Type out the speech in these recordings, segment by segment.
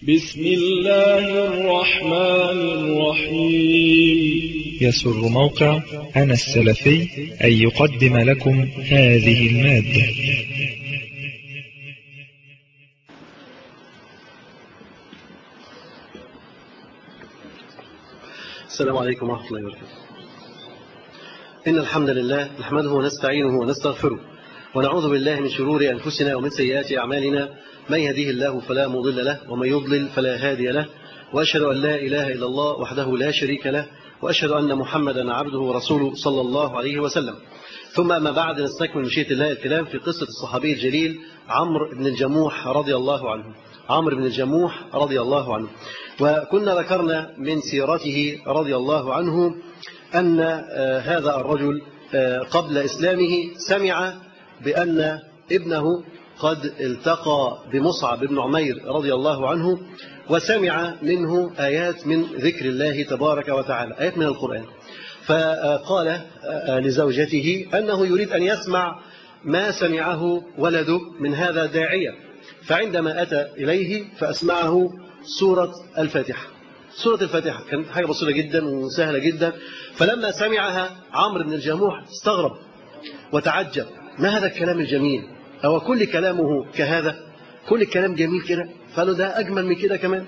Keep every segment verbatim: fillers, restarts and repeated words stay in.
بسم الله الرحمن الرحيم. يسر موقع أنا السلفي أن يقدم لكم هذه المادة. السلام عليكم ورحمة الله وبركاته. إن الحمد لله نحمده ونستعينه ونستغفره ونعوذ بالله من شرور أنفسنا ومن سيئات أعمالنا، من يهديه الله فلا مضل له ومن يضلل فلا هادي له، وأشهد أن لا إله إلا الله وحده لا شريك له، وأشهد أن محمدا عبده ورسوله صلى الله عليه وسلم. ثم أما بعد، نستكمل مشيئة الله الكلام في قصة الصحابي الجليل عمرو بن الجموح رضي الله عنه. عمرو بن الجموح رضي الله عنه، وكنا ذكرنا من سيرته رضي الله عنه أن هذا الرجل قبل إسلامه سمع بأن ابنه قد التقى بمصعب بن عمير رضي الله عنه، وسمع منه آيات من ذكر الله تبارك وتعالى، آيات من القرآن. فقال لزوجته أنه يريد أن يسمع ما سمعه ولده من هذا الداعية، فعندما أتى إليه فأسمعه سورة الفاتحة. سورة الفاتحة كانت حاجة بسيطة جدا وسهلة جدا، فلما سمعها عمرو بن الجموح استغرب وتعجب، ما هذا الكلام الجميل؟ هو كل كلامه كهذا؟ كل الكلام جميل كده؟ فقالوا ده أجمل من كده كمان.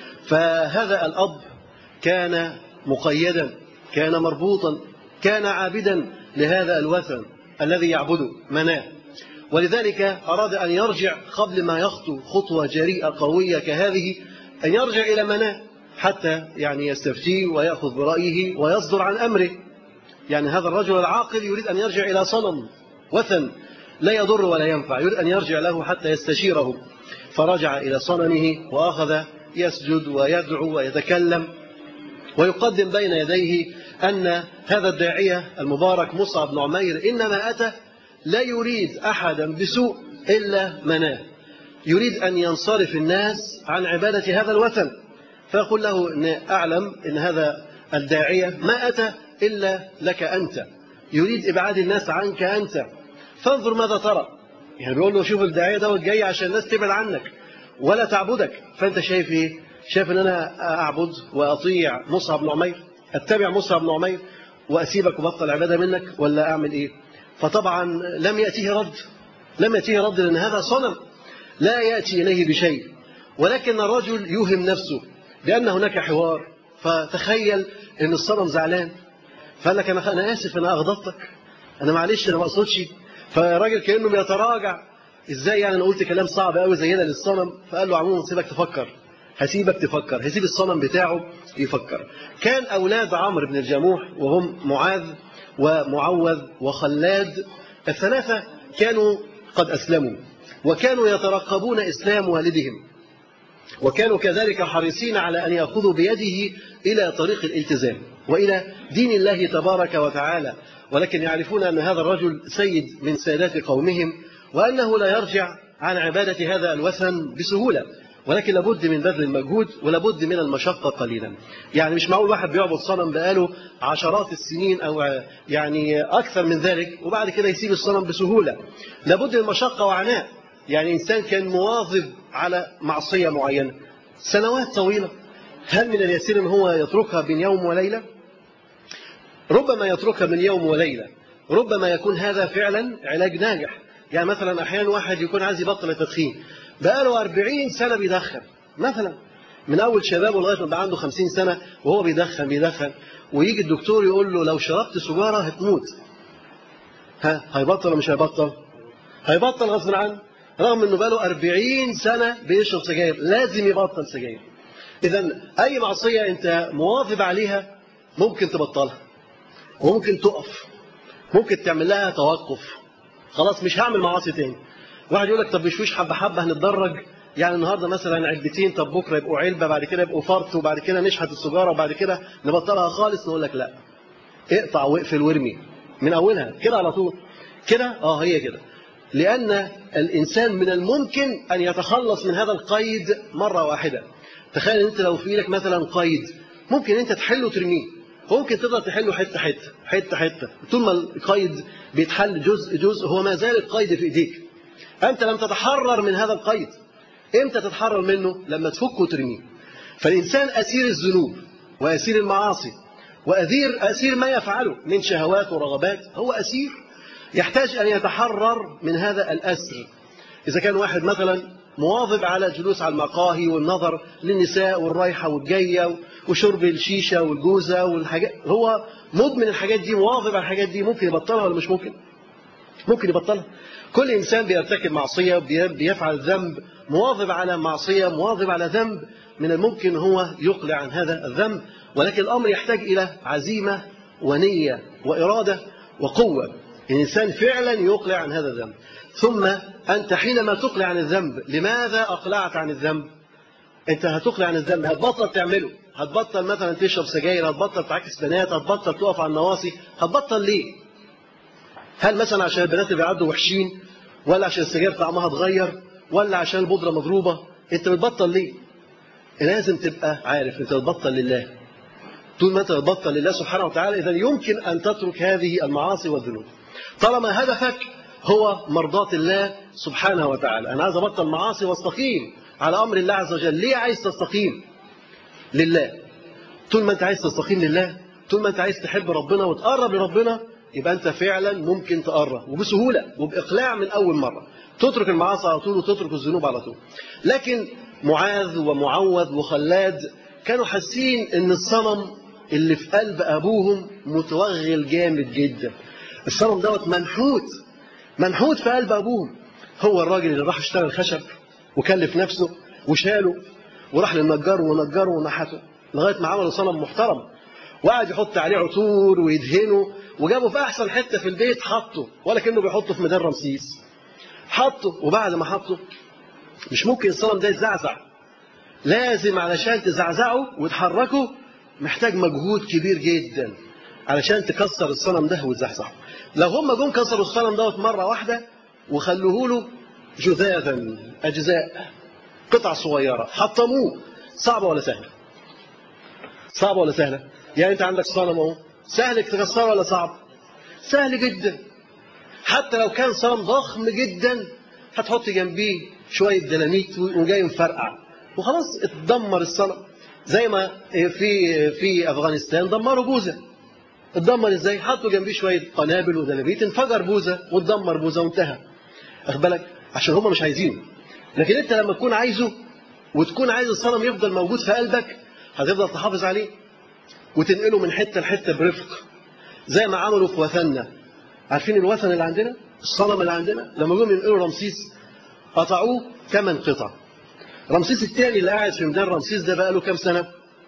فهذا الأب كان مقيدا، كان مربوطا، كان عابدا لهذا الوثن الذي يعبده مناه، ولذلك أراد أن يرجع قبل ما يخطو خطوة جريئة قوية كهذه، أن يرجع إلى مناه حتى يعني يستفتيه ويأخذ برأيه ويصدر عن أمره. يعني هذا الرجل العاقل يريد أن يرجع إلى صنم وثن لا يضر ولا ينفع، يريد أن يرجع له حتى يستشيره. فرجع إلى صنمه وأخذ يسجد ويدعو ويتكلم ويقدم بين يديه أن هذا الداعية المبارك مصعب بن عمير إنما أتى لا يريد أحدا بسوء إلا مناه، يريد أن ينصرف الناس عن عبادة هذا الوثن. فيقول له إن أعلم أن هذا الداعية ما أتى إلا لك أنت، يريد إبعاد الناس عنك أنت، فانظر ماذا ترى. يعني بيقول له شوف الداعية ده جاي عشان الناس تبعد عنك ولا تعبدك، فأنت شايف إيه؟ شايف أن أنا أعبد وأطيع مصعب بن عمير، أتبع مصعب بن عمير وأسيبك وبطل عبادة منك، ولا أعمل إيه؟ فطبعا لم يأتيه رد، لم يأتيه رد لأن هذا صنم لا يأتي إليه بشيء، ولكن الرجل يوهم نفسه بأن هناك حوار. فتخيل أن الصنم زعلان، فقال لك أنا, أنا آسف أنا أغضبتك، أنا معلش أنا ما أقصدش. فالراجل كأنه بيتراجع، إزاي يعني أنا قلت كلام صعب قوي زي ده للصنم؟ فقال له عموما سيبك تفكر، هسيبك تفكر، هسيب الصنم بتاعه يفكر. كان أولاد عمرو بن الجموح وهم معاذ ومعوذ وخلاد الثلاثة كانوا قد أسلموا، وكانوا يترقبون إسلام والدهم، وكانوا كذلك حريصين على أن يأخذوا بيده إلى طريق الالتزام وإلى دين الله تبارك وتعالى، ولكن يعرفون أن هذا الرجل سيد من سادات قومهم، وأنه لا يرجع عن عبادة هذا الوثن بسهولة، ولكن لابد من بذل المجهود ولابد من المشقة قليلا. يعني مش معقول واحد بيعبد صنم بقاله عشرات السنين أو يعني أكثر من ذلك وبعد كده يسيب الصنم بسهولة، لابد من مشقة وعناء. يعني إنسان كان مواظب على معصية معينة سنوات طويلة، هل من اليسير أن هو يتركها بين يوم وليلة؟ ربما يتركها من يوم وليلة، ربما يكون هذا فعلا علاج ناجح. يعني مثلا أحيانا واحد يكون عايز يبطل التدخين، بقاله أربعين سنة بيدخن مثلا، من أول شبابه لغاية ما بقى عنده خمسين سنة وهو بيدخن بيدخن ويجي الدكتور يقول له لو شربت سجارة هتموت، ها هيبطل ولا مش هيبطل؟ هيبطل غصب عنه، رغم أنه بقاله أربعين سنة بيشرب سجاير، لازم يبطل سجاير. إذن أي معصية أنت مواظب عليها ممكن تبطلها وممكن تقف، ممكن تعمل لها توقف، خلاص مش هعمل معاصي تاني. واحد يقول لك طب مشويش حبة حبة هنتدرج، يعني النهارده مثلا علبتين، طب بكره يبقوا علبة، بعد كده يبقوا فرط، وبعد كده نشحت السجارة، وبعد كده نبطلها خالص. نقول لك لا، اقطع واقفل وارمي من أولها كده على طول كده. اه هي كده، لأن الإنسان من الممكن أن يتخلص من هذا القيد مرة واحدة. تخيل أنت لو في لك مثلا قيد ممكن أنت تحله وترميه، وممكن تقدر تحله حتة حتة حتة حتة، طول ما القيد بيتحل جزء جزء هو ما زال القيد في إيديك، أنت لم تتحرر من هذا القيد. إمتى تتحرر منه؟ لما تفك وترميه. فالإنسان أسير الذنوب وأسير المعاصي وأسير أسير ما يفعله من شهوات ورغبات، هو أسير يحتاج أن يتحرر من هذا الأسر. إذا كان واحد مثلا مواظب على الجلوس على المقاهي والنظر للنساء والرايحة والجاية وشرب الشيشة والجوزة والحاجات، هو مدمن الحاجات دي، مواظب على الحاجات دي، ممكن يبطلها ولا مش ممكن؟ ممكن يبطلها. كل إنسان بيرتكب معصية، بيفعل ذنب، مواظب على معصية، مواظب على ذنب، من الممكن هو يقلع عن هذا الذنب، ولكن الأمر يحتاج إلى عزيمة ونية وإرادة وقوة. الإنسان فعلا يقلع عن هذا الذنب. ثم أنت حينما تقلع عن الذنب، لماذا أقلعت عن الذنب؟ أنت هتقلع عن الذنب، هتبطل تعمله، هتبطل مثلا تشرب سجاير، هتبطل تعكس بنات، هتبطل تقف على النواصي، هتبطل ليه؟ هل مثلا عشان البنات اللي بيعدوا وحشين، ولا عشان السجاير طعمها اتغير، ولا عشان البودرة مضروبة؟ أنت بتبطل ليه؟ لازم تبقى عارف أنت بتبطل لله. طول ما أنت بتبطل لله سبحانه وتعالى، إذا يمكن أن تترك هذه المعاصي والذنوب. طالما هدفك هو مرضاة الله سبحانه وتعالى، أنا عايز أبطل معاصي واستقيم على أمر الله عز وجل. ليه عايز تستقيم؟ لله. طول ما أنت عايز تستقيم لله، طول ما أنت عايز تحب ربنا وتقرب لربنا، يبقى أنت فعلا ممكن تقرب وبسهولة وبإقلاع من أول مرة، تترك المعاصي على طول وتترك الذنوب على طول. لكن معاذ ومعوذ وخلاد كانوا حاسين إن الصنم اللي في قلب أبوهم متوغل جامد جدا. الصنم دوت منحوت منحوت في قلب أبوهم. هو الراجل اللي راح اشتغل خشب وكلف نفسه وشاله وراح للنجار ونجره ونحته لغاية ما عملوا صنم محترم، وقعد يحط عليه عطور ويدهنه، وجابه في أحسن حتة في البيت حطه، ولا كأنه بيحطه في ميدان رمسيس. حطه، وبعد ما حطه مش ممكن الصنم ده يتزعزع، لازم علشان تزعزعه وتحركه محتاج مجهود كبير جدا علشان تكسر الصنم ده وتزحزحه. لو هم جم كسروا الصنم ده مرة واحدة وخلوه له جذاذا أجزاء قطع صغيرة حطموه، صعبة ولا سهلة؟ صعبة ولا سهلة؟ يعني أنت عندك صنم اهو، سهل تكسره ولا صعب؟ سهل جدا. حتى لو كان صنم ضخم جدا هتحط جنبيه شوية ديناميت وجاي مفرقع وخلاص اتدمر الصنم. زي ما في في أفغانستان دمروا بوذا. اتدمر ازاي؟ حطوا جنبيه شوية قنابل وديناميت، انفجر بوذا واتدمر بوذا وانتهى. واخد بالك؟ عشان هم مش عايزينه. لكن انت لما تكون عايزه وتكون عايز الصنم يفضل موجود في قلبك، هتفضل تحافظ عليه وتنقله من حتة لحتة برفق، زي ما عملوا في وثننا. عارفين الوثن اللي عندنا؟ الصنم اللي عندنا لما جم ينقلوا رمسيس قطعوه ثمان قطع. رمسيس الثاني اللي قاعد في ميدان رمسيس ده بقى له كام سنة؟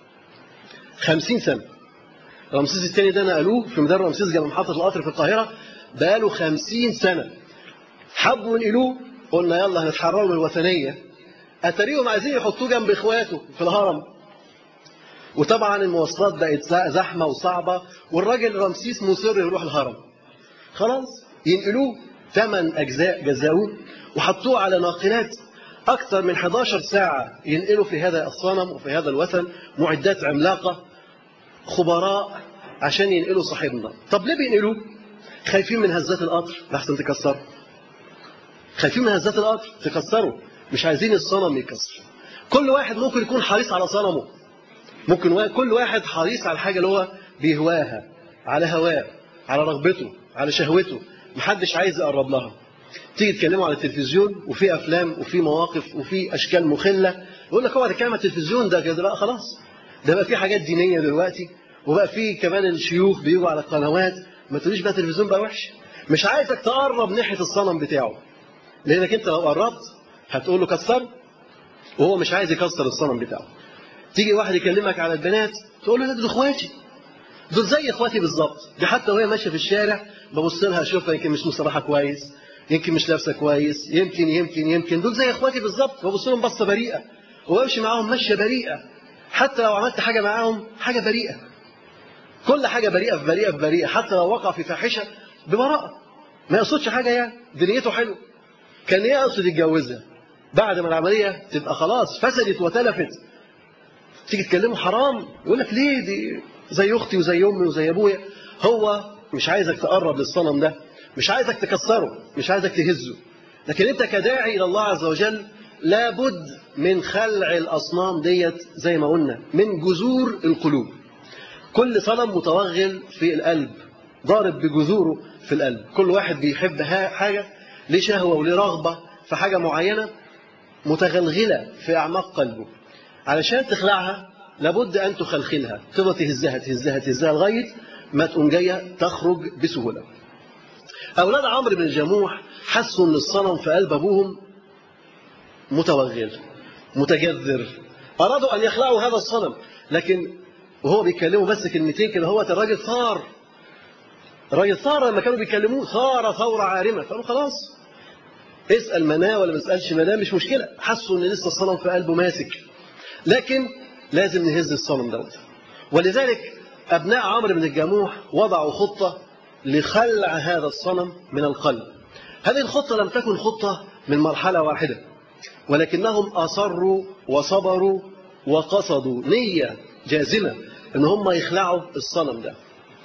خمسين سنة. رمسيس الثاني ده نقلوه في ميدان رمسيس جنب محطة القطر في القاهرة بقى له خمسين سنة. حبوا ينقلوه، قلنا يلا هنتحرروا من الوثنية، أتاريهم عايزين يحطوه جنب إخواته في الهرم. وطبعا المواصلات بقت زحمة وصعبة، والراجل رمسيس مصر يروح الهرم. خلاص ينقلوه ثمان أجزاء، جزاؤوه وحطوه على ناقلات أكثر من إحدى عشرة ساعة ينقلوا في هذا الصنم وفي هذا الوثن، معدات عملاقة، خبراء عشان ينقلوا صاحبنا. طب ليه بينقلوه؟ خايفين من هزات القطر لحسن تكسره. خايفين من هزات القطر تكسره، مش عايزين الصنم يكسر. كل واحد ممكن يكون حريص على صنمه، ممكن كل واحد حريص على الحاجة اللي هو بيهواها، على هواه، على رغبته، على شهوته، محدش عايز يقرب لها. تيجي تكلموا على التلفزيون وفي أفلام وفي مواقف وفي أشكال مخلة، يقول لك هو ده كلام التلفزيون ده كده؟ لا خلاص، ده بقى في حاجات دينية دلوقتي، وبقى في كمان الشيوخ بيجوا على القنوات. ما تقوليش بقى التلفزيون بقى وحش. مش عايزك تقرب ناحية الصنم بتاعه، لأنك أنت لو قربت هتقول له كسر، وهو مش عايز يكسر الصنم بتاعه. تيجي واحد يكلمك على البنات تقول له دول اخواتي، دول زي اخواتي بالظبط، دي حتى وهي ماشيه في الشارع ببص لها اشوفها يمكن مش مصطلحه كويس، يمكن مش لابسه كويس، يمكن يمكن يمكن دول زي اخواتي بالظبط، ببص لهم بصه بريئه وامشي معاهم ماشيه بريئه. حتى لو عملت حاجه معاهم حاجه بريئه، كل حاجه بريئه في بريئه في بريئه، حتى لو وقع في فاحشه ببراءه، ما يقصدش حاجه، يعني دنيته حلو. كان يقصد يتجوزها، بعد ما العمليه تبقى خلاص فسدت وتلفت، تيجي تكلمه حرام يقول لك ليه، دي زي اختي وزي امي وزي ابويا. هو مش عايزك تقرب للصنم ده، مش عايزك تكسره، مش عايزك تهزه. لكن انت كداعي الى الله عز وجل لابد من خلع الأصنام ديت زي ما قلنا من جذور القلوب. كل صنم متوغل في القلب، ضارب بجذوره في القلب. كل واحد بيحب حاجة، ليه شهوة وليه رغبة في حاجة معينة متغلغلة في أعماق قلبه. علشان تخلعها لابد أن تخلخلها، تفضل تهزها تهزها تهزها لغاية ما تقوم جاية تخرج بسهولة. أولاد عمرو بن الجموح حسوا أن الصنم في قلب أبوهم متوغل متجذر، أرادوا أن يخلعوا هذا الصنم، لكن وهو بيكلموا بس كلمتين كده هو الراجل ثار. الراجل ثار لما كانوا بيكلموه، ثار ثورة عارمة. فقالوا خلاص اسأل مناه ولا ما اسألش مناه مش مشكلة. حسوا أن لسه الصنم في قلبه ماسك، لكن لازم نهز الصنم دوت. ولذلك أبناء عمرو بن الجموح وضعوا خطة لخلع هذا الصنم من القلب. هذه الخطة لم تكن خطة من مرحلة واحدة، ولكنهم أصروا وصبروا وقصدوا نية جازمة أن هم يخلعوا الصنم ده.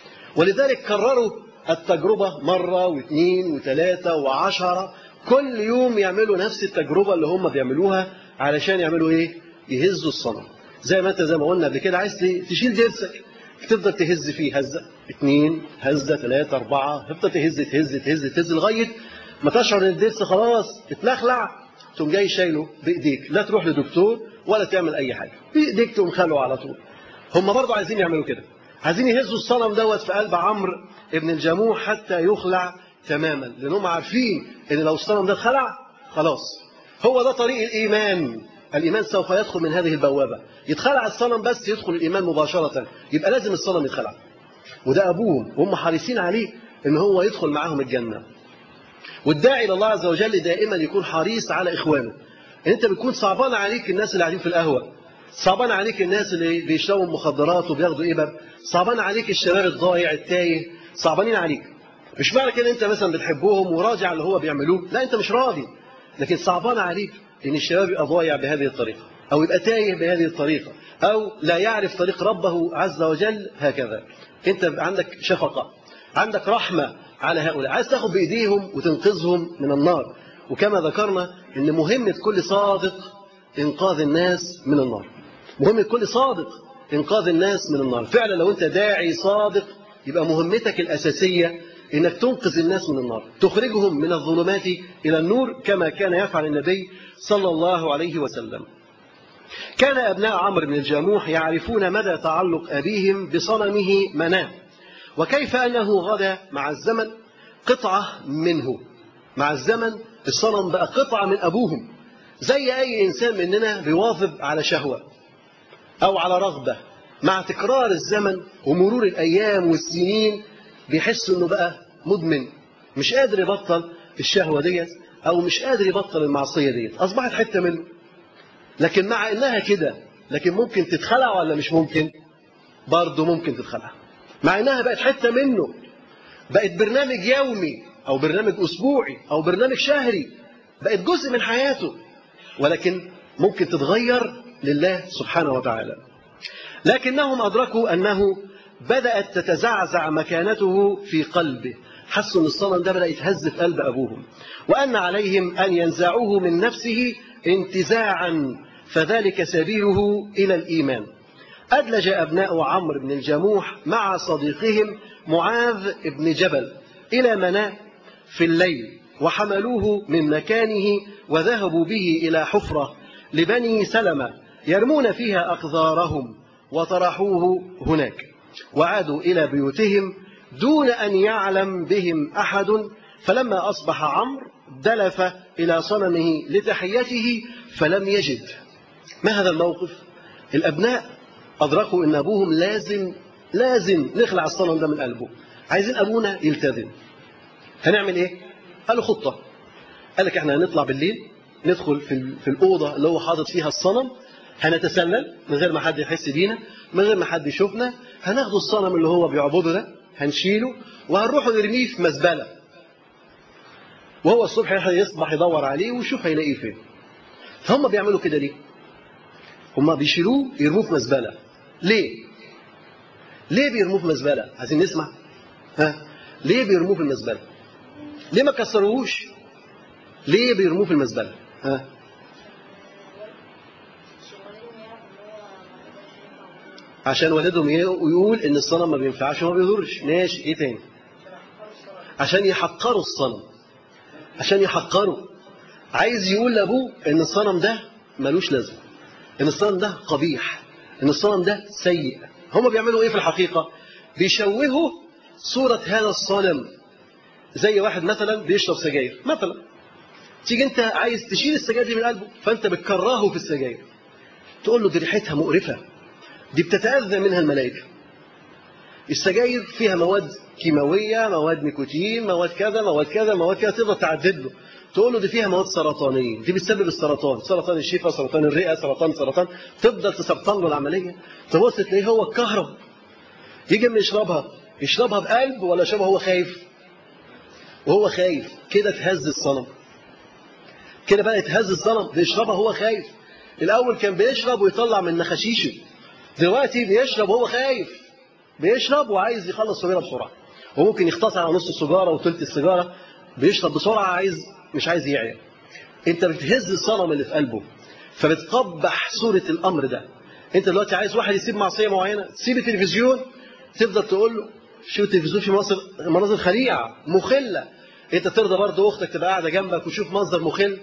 ولذلك كرروا التجربة مرة واثنين وثلاثة وعشرة، كل يوم يعملوا نفس التجربة اللي هم بيعملوها علشان يعملوا إيه؟ يهزوا الصنم. زي ما أنت زي ما قلنا قبل كده، عايز تشيل ضرسك تفضل تهز فيه هزة اثنين هزة ثلاثة أربعة، تفضل تهز تهز تهز تهز لغاية ما تشعر ان الضرس خلاص اتلخلع، تقوم جاي شايله بايديك، لا تروح لدكتور ولا تعمل اي حاجه، بايديك تقوم خلعه على طول. هم برضه عايزين يعملوا كده، عايزين يهزوا الصنم دوت في قلب عمرو ابن الجموح حتى يخلع تماما، لانهم عارفين ان لو الصنم ده اتخلع خلاص هو ده طريق الايمان. الايمان سوف يدخل من هذه البوابه، يتخلع الصنم بس يدخل الايمان مباشره، يبقى لازم الصنم يتخلع. وده ابوهم وهم حريصين عليه ان هو يدخل معاهم الجنه. والداعي الى الله عز وجل دائما يكون حريص على اخوانه. انت بتكون صعبان عليك الناس اللي قاعدين في القهوه، صعبان عليك الناس اللي بيشربوا مخدرات وبياخدوا ابر، صعبان عليك الشباب الضايع التايه، صعبانين عليك. مش معنى كده انت مثلا بتحبهم وراجع اللي هو بيعملوه، لا انت مش راضي، لكن صعبان عليك ان الشباب يبقى ضايع بهذه الطريقه، او يبقى تايه بهذه الطريقه، او لا يعرف طريق ربه عز وجل هكذا. انت عندك شفقه، عندك رحمه على هؤلاء، عايز تاخد بايديهم وتنقذهم من النار. وكما ذكرنا ان مهمه كل صادق انقاذ الناس من النار، مهمه كل صادق انقاذ الناس من النار. فعلا لو انت داعي صادق يبقى مهمتك الاساسيه انك تنقذ الناس من النار، تخرجهم من الظلمات الى النور، كما كان يفعل النبي صلى الله عليه وسلم. كان ابناء عمرو بن الجموح يعرفون مدى تعلق ابيهم بصنمه مناه، وكيف أنه غدا مع الزمن قطعة منه. مع الزمن الصنم بقى قطعة من أبوهم، زي أي إنسان مننا بيواظب على شهوة أو على رغبة، مع تكرار الزمن ومرور الأيام والسنين بيحس أنه بقى مدمن، مش قادر يبطل الشهوة ديت أو مش قادر يبطل المعصية ديت، أصبحت حتة منه. لكن مع إنها كده، لكن ممكن تتخلع ولا مش ممكن؟ برضه ممكن تتخلع، مع انها بقت حته منه، بقت برنامج يومي او برنامج اسبوعي او برنامج شهري، بقت جزء من حياته، ولكن ممكن تتغير لله سبحانه وتعالى. لكنهم ادركوا انه بدات تتزعزع مكانته في قلبه، حسوا ان الصنم ده بدا يتهز في قلب ابوهم، وان عليهم ان ينزعوه من نفسه انتزاعا، فذلك سبيله الى الايمان. أدلج أبناء عمرو بن الجموح مع صديقهم معاذ بن جبل إلى مناه في الليل، وحملوه من مكانه وذهبوا به إلى حفرة لبني سلمة يرمون فيها أقذارهم، وطرحوه هناك، وعادوا إلى بيوتهم دون أن يعلم بهم أحد. فلما أصبح عمرو دلف إلى صنمه لتحيته فلم يجد. ما هذا الموقف؟ الأبناء أدركوا إن أبوهم لازم لازم نخلع الصنم ده من قلبه، عايزين أبونا يلتزم. هنعمل إيه؟ قالوا خطة. قال لك إحنا هنطلع بالليل، ندخل في في الأوضة اللي هو حاطط فيها الصنم، هنتسلل من غير ما حد يحس بينا، من غير ما حد يشوفنا، هناخد الصنم اللي هو بيعبده ده هنشيله وهنروح نرميه في مزبلة، وهو الصبح يصبح يدور عليه ويشوف هيلاقيه فين. فهم بيعملوا كده ليه؟ هم بيشيلوه يرموه في مزبلة. ليه؟ ليه بيرموه في مزبلة؟ عايزين نسمع؟ ها؟ ليه بيرموه في المزبلة؟ ليه ما كسروهوش؟ ليه بيرموه في المزبلة؟ ها؟ عشان والدهم يقول ان الصنم ما بينفعش وما بيضرش. ماشي، ايه تاني؟ عشان يحقروا الصنم، عشان يحقروا. عايز يقول لابوه ان الصنم ده ملوش لازمه، ان الصنم ده قبيح، ان الصنم ده سيء. هم بيعملوا ايه في الحقيقه؟ بيشوهوا صوره هذا الصنم. زي واحد مثلا بيشرب سجاير مثلا، تيجي انت عايز تشيل السجاير دي من قلبه، فانت بتكرهه في السجاير، تقول له دي ريحتها مقرفه، دي بتتاذى منها الملائكه. السجاير فيها مواد كيماويه، مواد نيكوتين، مواد كذا مواد كذا مواد كذا، تقدر تعدد له. تقول له دي فيها مواد سرطانيه، دي بتسبب السرطان، سرطان الشفه، سرطان الرئه، سرطان سرطان، تفضل تسرطن له العمليه. تبص تلاقيه هو اتكهرب، يجي من يشربها، يشربها بقلب ولا يشربها هو خايف؟ وهو خايف كده تهز الصنم، كده بقى يتهز الصنم، بيشربها هو خايف. الاول كان بيشرب ويطلع من نخاشيشه، دلوقتي بيشرب وهو خايف، بيشرب وعايز يخلص سجارة بسرعه، وممكن يختصر على نص السيجاره وثلث السيجاره، بيشرب بسرعه، عايز مش عايز يعيا. انت بتهز الصنم اللي في قلبه، فبتقبح صوره الامر ده. انت دلوقتي عايز واحد يسيب معصيه معينه، تسيب التلفزيون، تفضل تقول له شو التلفزيون في مصر مناظر خليعه مخله. انت ترضى برضه اختك تبقى قاعده جنبك وشوف منظر مخل؟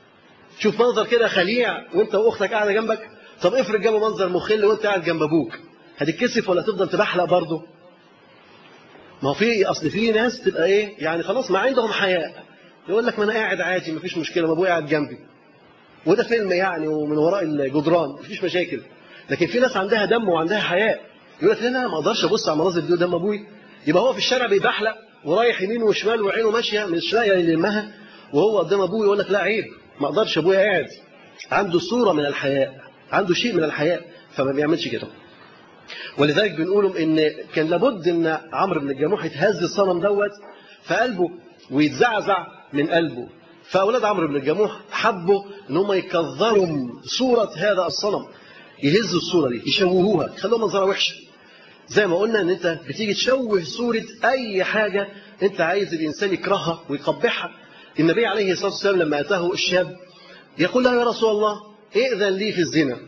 شوف منظر كده خليع وانت واختك قاعده جنبك. طب افرض جابوا منظر مخل وانت قاعد جنب ابوك، هتتكسف ولا تفضل تبحلق برضه؟ ما هو في اصل في ناس تبقى ايه يعني، خلاص ما عندهم حياء، يقول لك ما انا قاعد عادي مفيش مشكله، ما ابويا قاعد جنبي، وده فيلم يعني ومن وراء الجدران مفيش مشاكل. لكن في ناس عندها دم وعندها حياء، يقول لك لا انا ما اقدرش ابص على مناظر دي قدام ابوي. يبقى هو في الشارع بيبحلق ورايح يمين وشمال وعينه ماشيه مش لاقيه يلمها، وهو قدام ابوه يقول لك لا عيب، ما اقدرش، ابويا قاعد. عنده صوره من الحياء، عنده شيء من الحياء، فما بيعملش كده. ولذلك بنقولهم ان كان لابد ان عمرو بن الجموح يتهز الصنم دوت في قلبه ويتزعزع من قلبه. فاولاد عمرو بن الجموح حبوا ان هم يكذروا صوره هذا الصنم، يهزوا الصوره دي، يشوهوها، يخلوها منظرها وحشه. زي ما قلنا ان انت بتيجي تشوه صوره اي حاجه انت عايز الانسان يكرهها ويقبحها. النبي عليه الصلاه والسلام لما اتاه الشاب يقول له يا رسول الله ائذن لي في الزنا.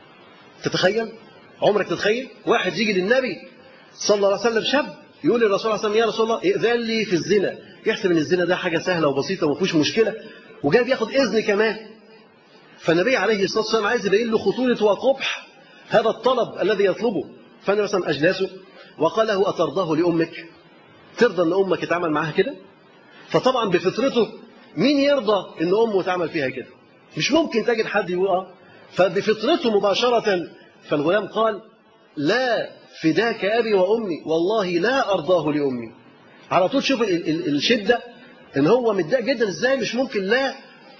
تتخيل؟ عمرك تتخيل واحد يجي للنبي صلى الله عليه وسلم شاب يقول للرسول صلى الله عليه وسلم يا رسول الله ائذن لي في الزنا، يحسب ان الزنا ده حاجه سهله وبسيطه وما فيهوش مشكله، وجاي بياخد اذن كمان. فالنبي عليه الصلاه والسلام عايز يبين له خطوره وقبح هذا الطلب الذي يطلبه. فالنبي صلى الله عليه وسلم اجلسه وقال له اترضاه لامك؟ ترضى ان امك يتعامل معاها كده؟ فطبعا بفطرته مين يرضى ان امه تعمل فيها كده؟ مش ممكن تجد حد يقول اه. فبفطرته مباشره فالغلام قال لا فداك أبي وأمي والله لا أرضاه لأمي. على طول شوف ال ال الشدة إن هو متضايق جدا، إزاي مش ممكن؟ لا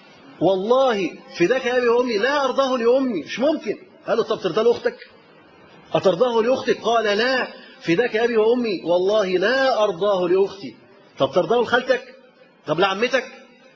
والله فداك أبي وأمي لا أرضاه لأمي، مش ممكن. قال له طب ترضى لأختك؟ أترضاه لأختك؟ قال لا فداك أبي وأمي والله لا أرضاه لأختي. طب ترضاه لخالتك؟ طب لعمتك؟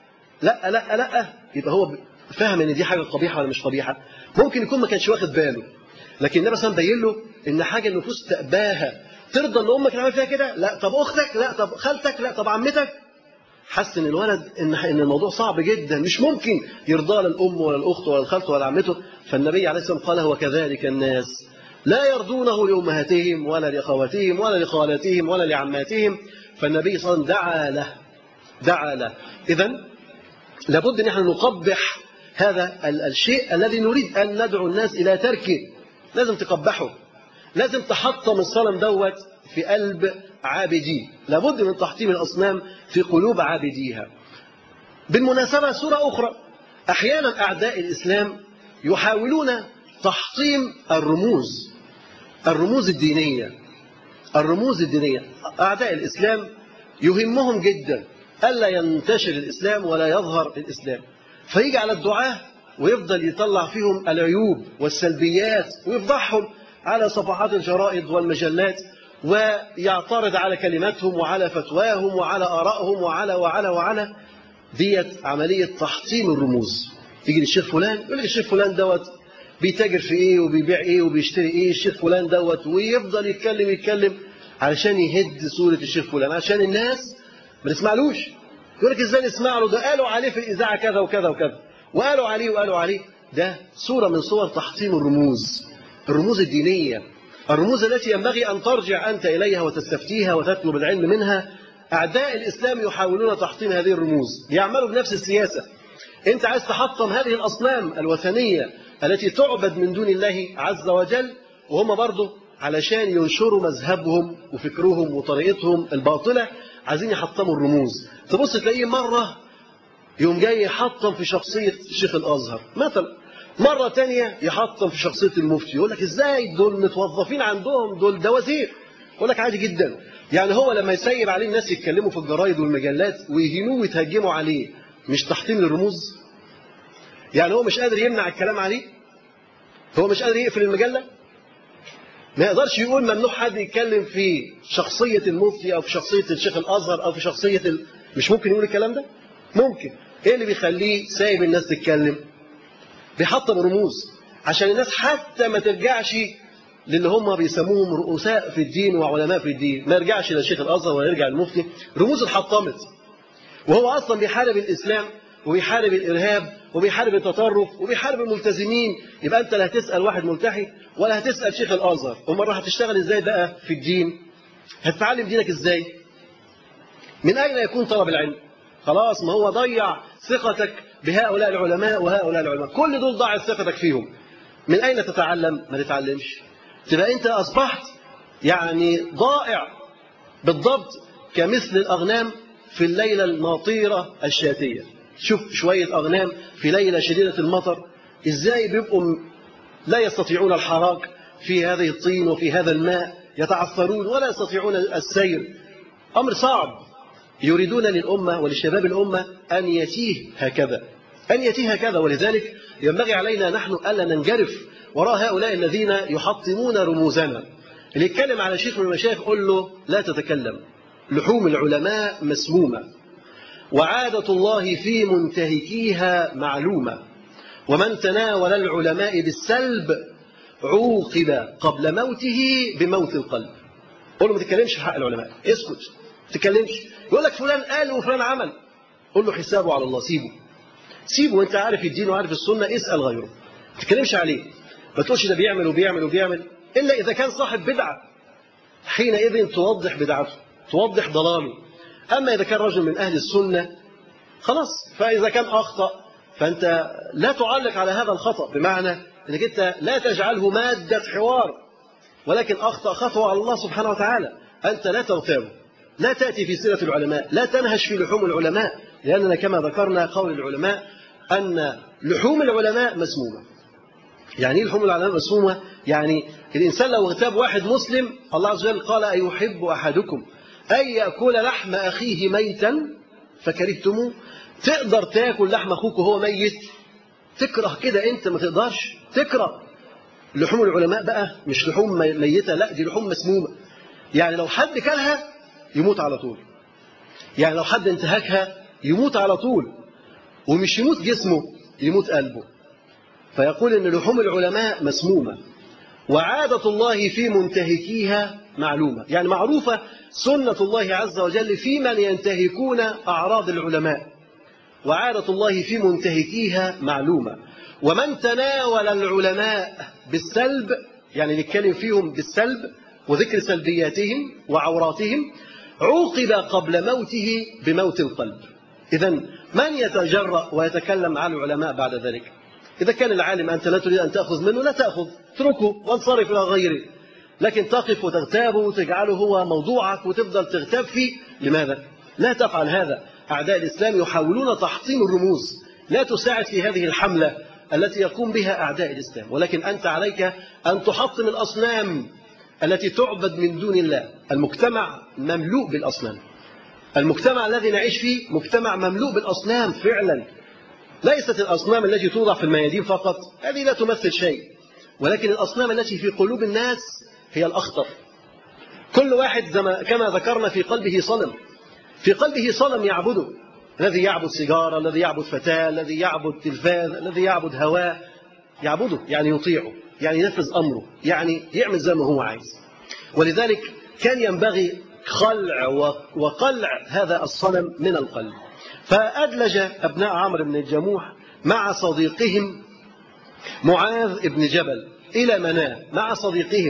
لا لا لا. يبقى هو فاهم إن دي حاجة قبيحة ولا مش قبيحة. ممكن يكون ما كانش واخد باله، لكن النبي صلى الله عليه وسلم بين له ان حاجه النفوس تأباها. ترضى ان امك تعمل فيها كده؟ لا. طب اختك؟ لا. طب خالتك؟ لا. طب عمتك؟ حس ان الولد ان ان الموضوع صعب جدا، مش ممكن يرضى لا الام ولا الاخت ولا الخالته ولا عمته. فالنبي عليه الصلاه والسلام قال وكذلك الناس لا يرضونه لامهاتهم ولا لاخواتهم ولا لخالاتهم ولا لعماتهم. فالنبي صلى الله عليه وسلم دعا له دعا له. اذا لابد ان احنا نقبح هذا الشيء الذي نريد ان ندعو الناس الى تركه. لازم تقبحه، لازم تحطم الصنم دوت في قلب عابديه. لابد من تحطيم الأصنام في قلوب عابديها. بالمناسبة سورة أخرى، أحيانا أعداء الإسلام يحاولون تحطيم الرموز الرموز الدينية الرموز الدينية أعداء الإسلام يهمهم جدا ألا ينتشر الإسلام ولا يظهر الإسلام، فيجي على الدعاة ويفضل يطلع فيهم العيوب والسلبيات ويفضحهم على صفحات الجرائد والمجلات، ويعترض على كلماتهم وعلى فتواهم وعلى آرائهم وعلى وعلى وعلى ديت عملية تحطيم الرموز. يجي للشيخ فلان يقول لك الشيخ فلان دوت بيتاجر في ايه وبيبيع ايه وبيشتري ايه الشيخ فلان دوت، ويفضل يتكلم يتكلم علشان يهد صورة الشيخ فلان، عشان الناس ما نسمعلوش. يقول لك ازاي نسمع له؟ ده قالوا عليه في الإذاعة كذا وكذا وكذا، وقالوا عليه وقالوا عليه. ده صورة من صور تحطيم الرموز الرموز الدينية. الرموز التي ينبغي أن ترجع أنت إليها وتستفتيها وتطلب العلم منها. أعداء الإسلام يحاولون تحطيم هذه الرموز، يعملوا بنفس السياسة. أنت عايز تحطم هذه الأصنام الوثنية التي تعبد من دون الله عز وجل، وهم برضه علشان ينشروا مذهبهم وفكرهم وطريقتهم الباطلة عايزين يحطموا الرموز. تبص تلاقيه مرة يوم جاي يحطم في شخصية شيخ الأزهر مثلا، مرة تانية يحطم في شخصية المفتي. يقول لك إزاي دول متوظفين عندهم، دول ده وزير. يقول لك عادي جدا. يعني هو لما يسيب عليه الناس يتكلموا في الجرايد والمجلات ويهينوه ويتهجموا عليه، مش تحطيم للرموز؟ يعني هو مش قادر يمنع الكلام عليه؟ هو مش قادر يقفل المجلة؟ ما يقدرش يقول ممنوع حد يتكلم في شخصية المفتي أو في شخصية الشيخ الأزهر أو في شخصية ال... مش ممكن يقول الكلام ده؟ ممكن. إيه اللي بيخليه سايب الناس تتكلم؟ بيحطم رموز عشان الناس حتى ما ترجعش للي هم بيسموهم رؤساء في الدين وعلماء في الدين، ما يرجعش للشيخ الأزهر ولا يرجع للمفتي. رموز اتحطمت، وهو أصلا بيحارب الإسلام وبيحارب الإرهاب وبيحارب التطرف وبيحارب الملتزمين. يبقى أنت لا هتسأل واحد ملتحي ولا هتسأل شيخ الأزهر. ومرة هتشتغل إزاي بقى في الدين؟ هتتعلم دينك إزاي؟ من أين يكون طلب العلم؟ خلاص، ما هو ضيع ثقتك بهؤلاء العلماء وهؤلاء العلماء، كل دول ضاعت ثقتك فيهم. من أين تتعلم؟ ما تتعلمش. تبقى أنت أصبحت يعني ضائع بالضبط كمثل الأغنام في الليلة الماطيرة الشاتية. شوف شوية أغنام في ليلة شديدة المطر إزاي بيبقوا لا يستطيعون الحراك في هذه الطين وفي هذا الماء، يتعثرون ولا يستطيعون السير. أمر صعب. يريدون للأمة ولشباب الأمة أن يتيه هكذا، أن يتيه هكذا. ولذلك ينبغي علينا نحن ألا ننجرف وراء هؤلاء الذين يحطمون رموزنا. اللي يتكلم على شيخ من المشايخ قل له لا تتكلم، لحوم العلماء مسمومة، وعادة الله في منتهكيها معلومة، ومن تناول العلماء بالسلب عوقب قبل موته بموت القلب. قل له ما تتكلمش في حق العلماء، اسكت، ما تتكلمش. يقول لك فلان قال وفلان عمل، قل له حسابه على الله، سيبه سيبه. وانت عارف الدين وعارف السنة، اسأل غيره، ما تتكلمش عليه. ما تقولش ده بيعمل وبيعمل وبيعمل إلا إذا كان صاحب بدعة، حينئذ توضح بدعته، توضح ضلاله. أما إذا كان رجل من أهل السنة خلاص، فإذا كان أخطأ فأنت لا تعلق على هذا الخطأ، بمعنى أنك أنت لا تجعله مادة حوار، ولكن أخطأ خطوة على الله سبحانه وتعالى. أنت لا تغتابه، لا تأتي في سيرة العلماء، لا تنهش في لحوم العلماء، لأننا كما ذكرنا قول العلماء أن لحوم العلماء مسمومة. يعني لحوم العلماء مسمومة؟ يعني الإنسان لو اغتاب واحد مسلم، الله عز وجل قال أيحب أحدكم أن يأكل لحم أخيه ميتا فكرهتموه؟ تقدر تاكل لحم أخوك وهو ميت؟ تكره كده، أنت ما تقدرش تكره. لحوم العلماء بقى مش لحوم ميتة، لا دي لحوم مسمومة. يعني لو حد كلها يموت على طول، يعني لو حد انتهكها يموت على طول، ومش يموت جسمه، يموت قلبه. فيقول إن لحوم العلماء مسمومة، وعادة الله في منتهكيها معلومة. يعني معروفة سنة الله عز وجل في من ينتهكون أعراض العلماء، وعادة الله في منتهكيها معلومة. ومن تناول العلماء بالسلب، يعني نتكلم فيهم بالسلب وذكر سلبياتهم وعوراتهم، عوقب قبل موته بموت القلب. إذن من يتجرأ ويتكلم عن العلماء بعد ذلك؟ إذا كان العالم أنت لا تريد أن تأخذ منه، لا تأخذ، اتركه وانصرف إلى غيره. لكن تقف وتغتابه وتجعله هو موضوعك وتفضل تغتاب فيه، لماذا؟ لا تفعل هذا. أعداء الإسلام يحاولون تحطيم الرموز، لا تساعد في هذه الحملة التي يقوم بها أعداء الإسلام. ولكن أنت عليك أن تحطم الأصنام التي تعبد من دون الله. المجتمع مملوء بالأصنام، المجتمع الذي نعيش فيه مجتمع مملوء بالأصنام فعلا. ليست الأصنام التي توضع في الميادين فقط، هذه لا تمثل شيء، ولكن الأصنام التي في قلوب الناس هي الأخطر. كل واحد كما ذكرنا في قلبه صنم، في قلبه صنم يعبده، الذي يعبد سيجارة، الذي يعبد فتاة، الذي يعبد تلفاز، الذي يعبد هواه، يعبده يعني يطيعه، يعني ينفذ أمره، يعني يعمل زي ما هو عايز. ولذلك كان ينبغي خلع وقلع هذا الصنم من القلب. فأدلج أبناء عمرو بن الجموح مع صديقهم معاذ بن جبل إلى مناه، مع صديقهم،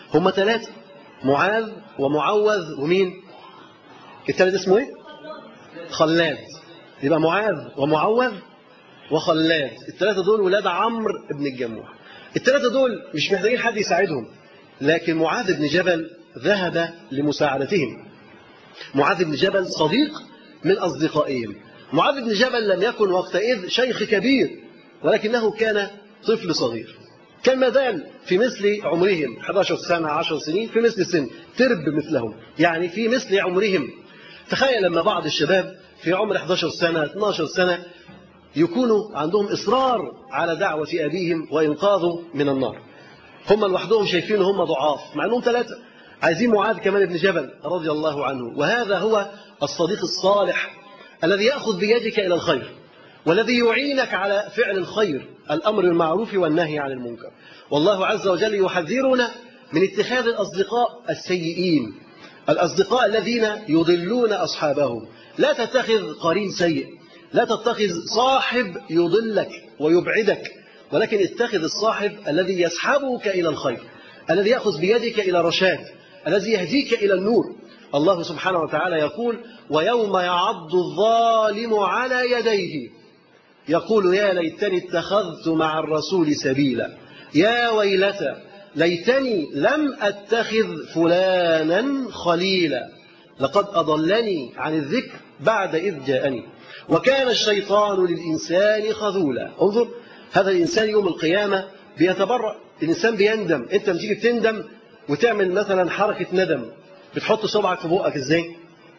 هم ثلاثة، معاذ ومعوذ ومين؟ الثالث اسمه ايه؟ خلاد. يبقى معاذ ومعوذ وخلاد، الثلاثة دول ولاد عمرو بن الجموح. الثلاثة دول مش محتاجين حد يساعدهم، لكن معاذ بن جبل ذهب لمساعدتهم. معاذ بن جبل صديق من أصدقائهم. معاذ بن جبل لم يكن وقتئذ شيخ كبير، ولكنه كان طفل صغير، كان ما زال في مثل عمرهم، إحدى عشرة سنة، عشر سنين، في مثل سن ترب مثلهم، يعني في مثل عمرهم. تخيل لما بعض الشباب في عمر إحدى عشرة سنة، اثنتي عشرة سنة يكونوا عندهم إصرار على دعوة أبيهم وإنقاذه من النار. هم لوحدهم شايفين هم ضعاف، مع أنهم ثلاثة، عايزين معاذ كمان بن جبل رضي الله عنه. وهذا هو الصديق الصالح الذي يأخذ بيدك إلى الخير، والذي يعينك على فعل الخير، الأمر بالمعروف والنهي عن المنكر. والله عز وجل يحذرنا من اتخاذ الأصدقاء السيئين، الأصدقاء الذين يضلون أصحابهم. لا تتخذ قرين سيء، لا تتخذ صاحب يضلك ويبعدك، ولكن اتخذ الصاحب الذي يسحبك إلى الخير، الذي يأخذ بيدك إلى رشاد، الذي يهديك إلى النور. الله سبحانه وتعالى يقول: ويوم يعض الظالم على يديه يقول يا ليتني اتخذت مع الرسول سبيلا، يا ويلتى ليتني لم أتخذ فلانا خليلا، لقد أضلني عن الذكر بعد إذ جاءني، وكان الشيطان للإنسان خذولا. انظر، هذا الإنسان يوم القيامة بيتبرأ، الإنسان بيندم. أنت لما تيجي بتندم وتعمل مثلا حركة ندم، بتحط صبعك في بقك ازاي؟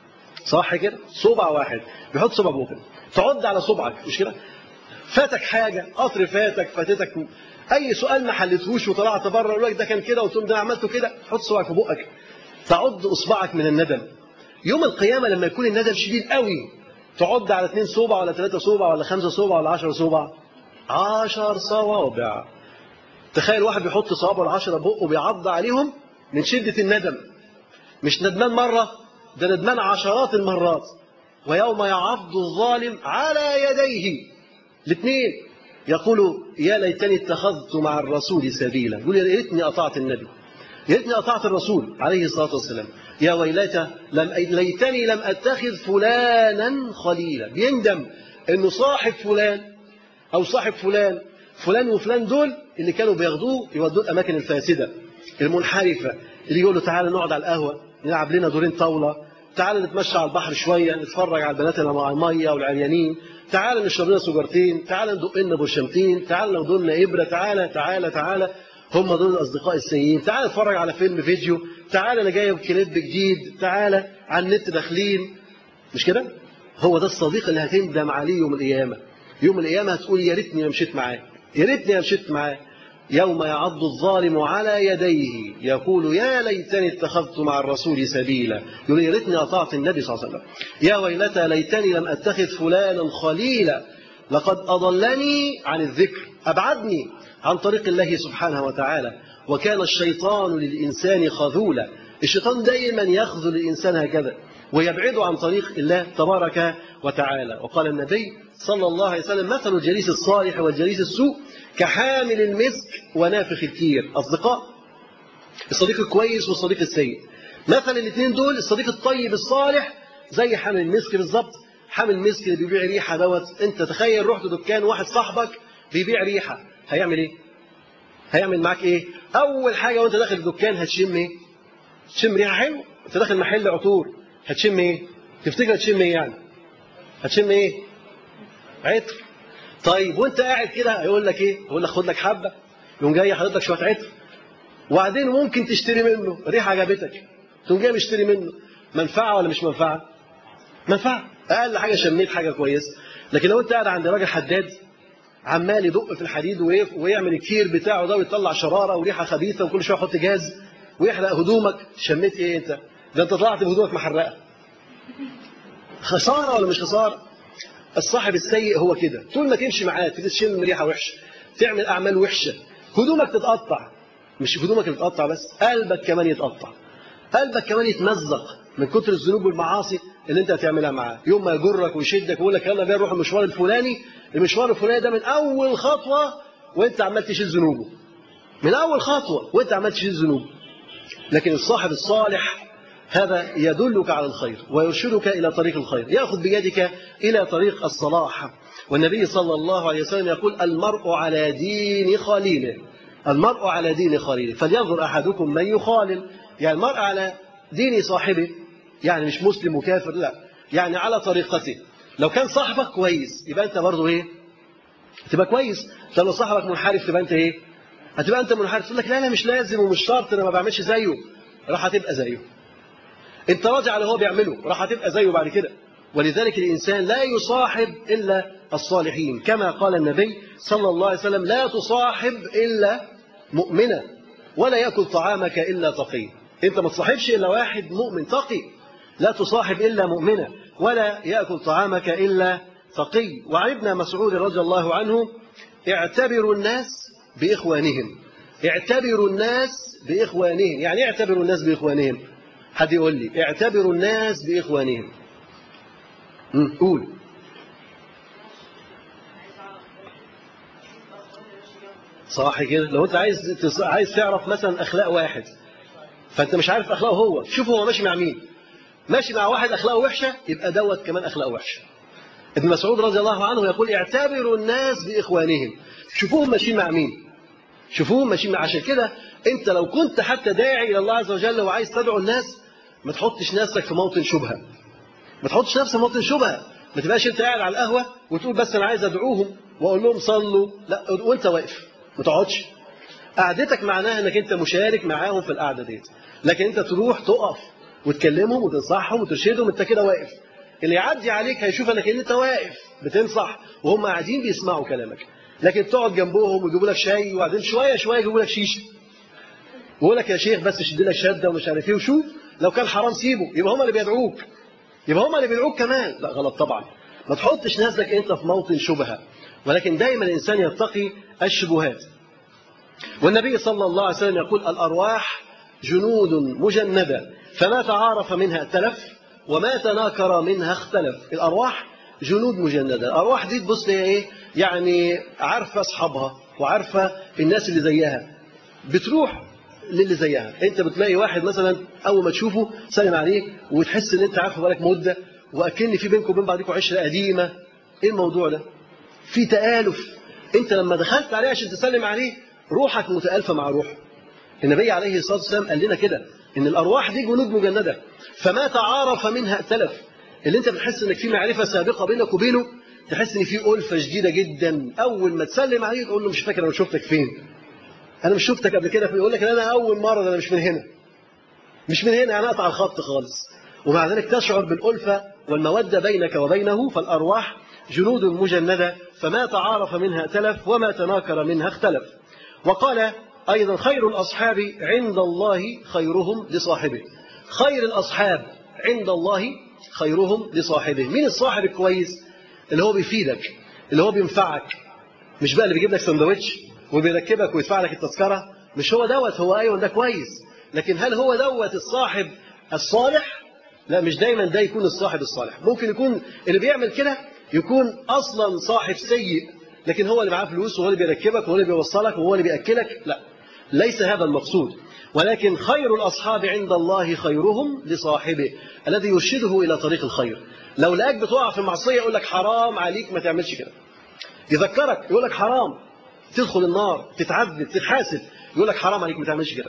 صح كده؟ صبع واحد بيحط صبع بقك، تعد على صبعك، مش كده؟ فاتك حاجة، قطر فاتك، فاتتك أي سؤال ما حلتهوش وطلعت بره يقول لك ده كان كده وتقوم ده عملته كده، تحط صبعك في بقك، تعد إصبعك من الندم. يوم القيامة لما يكون الندم شديد قوي، تعد على اثنين صوبع ولا ثلاثة صوبع ولا خمسة صوبع ولا عشرة صوبع؟ عشر صوابع. تخيل واحد بيحط صوابع العشرة بقه بيعض عليهم من شدة الندم، مش ندمان مرة، ده ندمان عشرات المرات. ويوم يعض الظالم على يديه، الاثنين، يقول يا ليتني اتخذت مع الرسول سبيلا، يقول يا ريتني أطعت النبي، يا ريتني أطعت الرسول عليه الصلاة والسلام، يا ويلتى لم ليتني لم أتخذ فلانا خليلا. بيندم إنه صاحب فلان أو صاحب فلان، فلان وفلان دول اللي كانوا بياخدوه يودوه الأماكن الفاسدة المنحرفة، اللي يقول له تعالى نقعد على القهوة نلعب لنا دورين طاولة، تعالى نتمشى على البحر شوية نتفرج على البنات اللي مع المية والعريانين، تعالى نشرب لنا سجارتين، تعالى ندق لنا برشمتين، تعالى ناخد لنا إبرة، تعالى تعالى تعالى. هم دول الأصدقاء السيئين. تعالى نتفرج على فيلم فيديو، تعالى أنا جايب كليب جديد، تعالى على النت داخلين، مش كده؟ هو ده الصديق اللي هتندم عليه يوم القيامة. يوم القيامة هتقول يا ريتني ما مشيت معاه، يا ريتني ما مشيت معاه. يوم يعض الظالم على يديه يقول يا ليتني اتخذت مع الرسول سبيلا، يقول يا ريتني أطعت النبي صلى الله عليه وسلم، يا ويلتى ليتني لم أتخذ فلانا خليلا، لقد أضلني عن الذكر، أبعدني عن طريق الله سبحانه وتعالى، وكان الشيطان للإنسان خذولا. الشيطان دائما يخذل الإنسان هكذا ويبعده عن طريق الله تبارك وتعالى. وقال النبي صلى الله عليه وسلم مثل الجليس الصالح والجليس السوء كحامل المسك ونافخ الكير. أصدقاء، الصديق الكويس والصديق السيء، مثل الاثنين دول، الصديق الطيب الصالح زي حامل المسك بالظبط. حامل المسك اللي بيبيع ريحة دوت، انت تخيل رحت دكان واحد صاحبك بيبيع ريحة، هيعمل ايه؟ هيعمل معاك ايه؟ اول حاجة وانت داخل الدكان هتشم ايه؟ تشم ريحة حلوة. انت داخل محل عطور هتشم ايه؟ تفتكر هتشم ايه يعني؟ هتشم ايه؟ عطر. طيب وانت قاعد كده هيقول لك ايه؟ يقول لك خد لك حبة، يقوم جاي حاطط لك شوية عطر، وبعدين ممكن تشتري منه، ريحة عجبتك تقوم جاي مشتري منه. منفعة ولا مش منفعة؟ منفعة. اقل حاجة شميت حاجة كويسة. لكن لو انت قاعد عند راجل حداد عمال يدق في الحديد ويعمل الكير بتاعه ده ويطلع شرارة وريحة خبيثة وكل شوية يحط جاز ويحرق هدومك، شميت ايه انت؟ ده انت طلعت بهدومك محرقة. خسارة ولا مش خسارة؟ الصاحب السيء هو كده، طول ما تمشي معاه تشم ريحة وحشة، تعمل أعمال وحشة، هدومك تتقطع، مش هدومك اللي تتقطع بس، قلبك كمان يتقطع، قلبك كمان يتمزق من كتر الذنوب والمعاصي اللي انت هتعملها معاه. يوم ما يجرك ويشدك ويقول لك يلا بينا نروح المشوار الفلاني، المشوار الفلاني ده من أول خطوة وانت عمال تشيل ذنوبه، من أول خطوة وانت عمال تشيل ذنوبه. لكن الصاحب الصالح هذا يدلك على الخير ويرشدك إلى طريق الخير، يأخذ بيدك إلى طريق الصلاح. والنبي صلى الله عليه وسلم يقول المرء على دين خليله، المرء على دين خليله فلينظر أحدكم من يخالل. يعني المرء على دين صاحبه، يعني مش مسلم وكافر، لا، يعني على طريقته. لو كان صاحبك كويس يبقى أنت برضه إيه؟ تبقى كويس. لو صاحبك منحرف تبقى أنت إيه؟ هتبقى أنت منحرف. تقول لك لا لا مش لازم ومش شرط، أنا ما بعملش زيه، راح هتبقى زيه. أنت راجع على اللي هو بيعمله، راح هتبقى زيه بعد كده. ولذلك الإنسان لا يصاحب إلا الصالحين، كما قال النبي صلى الله عليه وسلم لا تصاحب إلا مؤمنا ولا يأكل طعامك إلا تقي. أنت ما تصاحبش إلا واحد مؤمن تقي، لا تصاحب إلا مؤمنا ولا يأكل طعامك إلا تقي. وعن ابن مسعود رضي الله عنه اعتبروا الناس بإخوانهم، اعتبروا الناس بإخوانهم. يعني اعتبروا الناس بإخوانهم، حد يقول لي اعتبروا الناس بإخوانهم. قول. صح كده. لو انت عايز عايز تعرف مثلا اخلاق واحد فانت مش عارف اخلاقه هو، شوف هو ماشي مع مين. ماشي مع واحد اخلاقه وحشه يبقى دوت كمان اخلاقه وحشه. ابن مسعود رضي الله عنه يقول اعتبروا الناس باخوانهم، شوفوهم ماشيين مع مين، شوفوهم ماشيين مع. عشان كده انت لو كنت حتى داعي الى الله عز وجل وعايز تدعو الناس ما تحطش نفسك في موطن شبهه، ما تحطش نفسك في موطن شبهه. ما تبقاش انت قاعد على القهوه وتقول بس انا عايز ادعوهم واقول لهم صلوا، لا، وانت واقف ما تقعدش. قعدتك معناها انك انت مشارك معاهم في القعده ديت، لكن انت تروح تقف وتكلمهم وتنصحهم وترشدهم، انت كده واقف. اللي يعدي عليك هيشوف انك انت واقف بتنصح وهم قاعدين بيسمعوا كلامك، لكن تقعد جنبهم ويجيبوا لك شاي وبعدين شويه شويه يجيبوا لك شيشه ويقول لك يا شيخ بس شد لك شده ومش عارف ايه، وشوف لو كان حرام سيبه، يبقى هم اللي بيدعوك، يبقى هم اللي بيدعوك كمان. لا غلط طبعا. ما تحطش نفسك انت في موطن شبهه، ولكن دايما الانسان يتقي الشبهات. والنبي صلى الله عليه وسلم يقول الارواح جنود مجنده فما تعارف منها ائتلف وما تناكر منها اختلف. الارواح جنود مجنده، الارواح دي تبص لها ايه؟ يعني عارفه اصحابها وعارفه الناس اللي زيها، بتروح للي زيها. انت بتلاقي واحد مثلا اول ما تشوفه سلم عليه وتحس ان انت عارفه بالك مده واكن في بينكم وبين بعضكم عشره قديمه. ايه الموضوع ده؟ في تآلف. انت لما دخلت عليه عشان تسلم عليه روحك متآلفه مع روحه. النبي عليه الصلاه والسلام قال لنا كده ان الارواح دي جنود مجنده فما تعارف منها ائتلف. اللي انت بتحس انك في معرفه سابقه بينك وبينه، تحس ان في ألفة شديده جدا. اول ما تسلم عليه تقول له مش فاكر انا شفتك فين، انا مش شفتك قبل كده، يقول لك انا اول مره، ده انا مش من هنا، مش من هنا، انا اقطع الخط خالص. ومع ذلك تشعر بالألفة والمودة بينك وبينه. فالأرواح جنود مجندة فما تعارف منها ائتلف وما تناكر منها اختلف. وقال أيضا خير الأصحاب عند الله خيرهم لصاحبه. خير الأصحاب عند الله خيرهم لصاحبه. مين الصاحب الكويس؟ اللي هو بيفيدك، اللي هو بينفعك، مش بقى اللي بيجيب لك سندوتش وبيركبك ويدفع لك التذكرة. مش هو دوت. هو أيوة ده كويس، لكن هل هو دوت الصاحب الصالح؟ لا، مش دايما ده يكون الصاحب الصالح. ممكن يكون اللي بيعمل كده يكون أصلا صاحب سيء، لكن هو اللي معاه فلوس وهو اللي بيركبك وهو اللي بيوصلك وهو اللي بيأكلك. لا، ليس هذا المقصود. ولكن خير الأصحاب عند الله خيرهم لصاحبه، الذي يرشده إلى طريق الخير. لو لقاك بتقع في معصية يقول لك حرام عليك ما تعملش كده، يذكرك يقول لك حرام، تدخل النار، تتعذب، تتحاسب، يقول لك حرام عليك ما تعملش كده.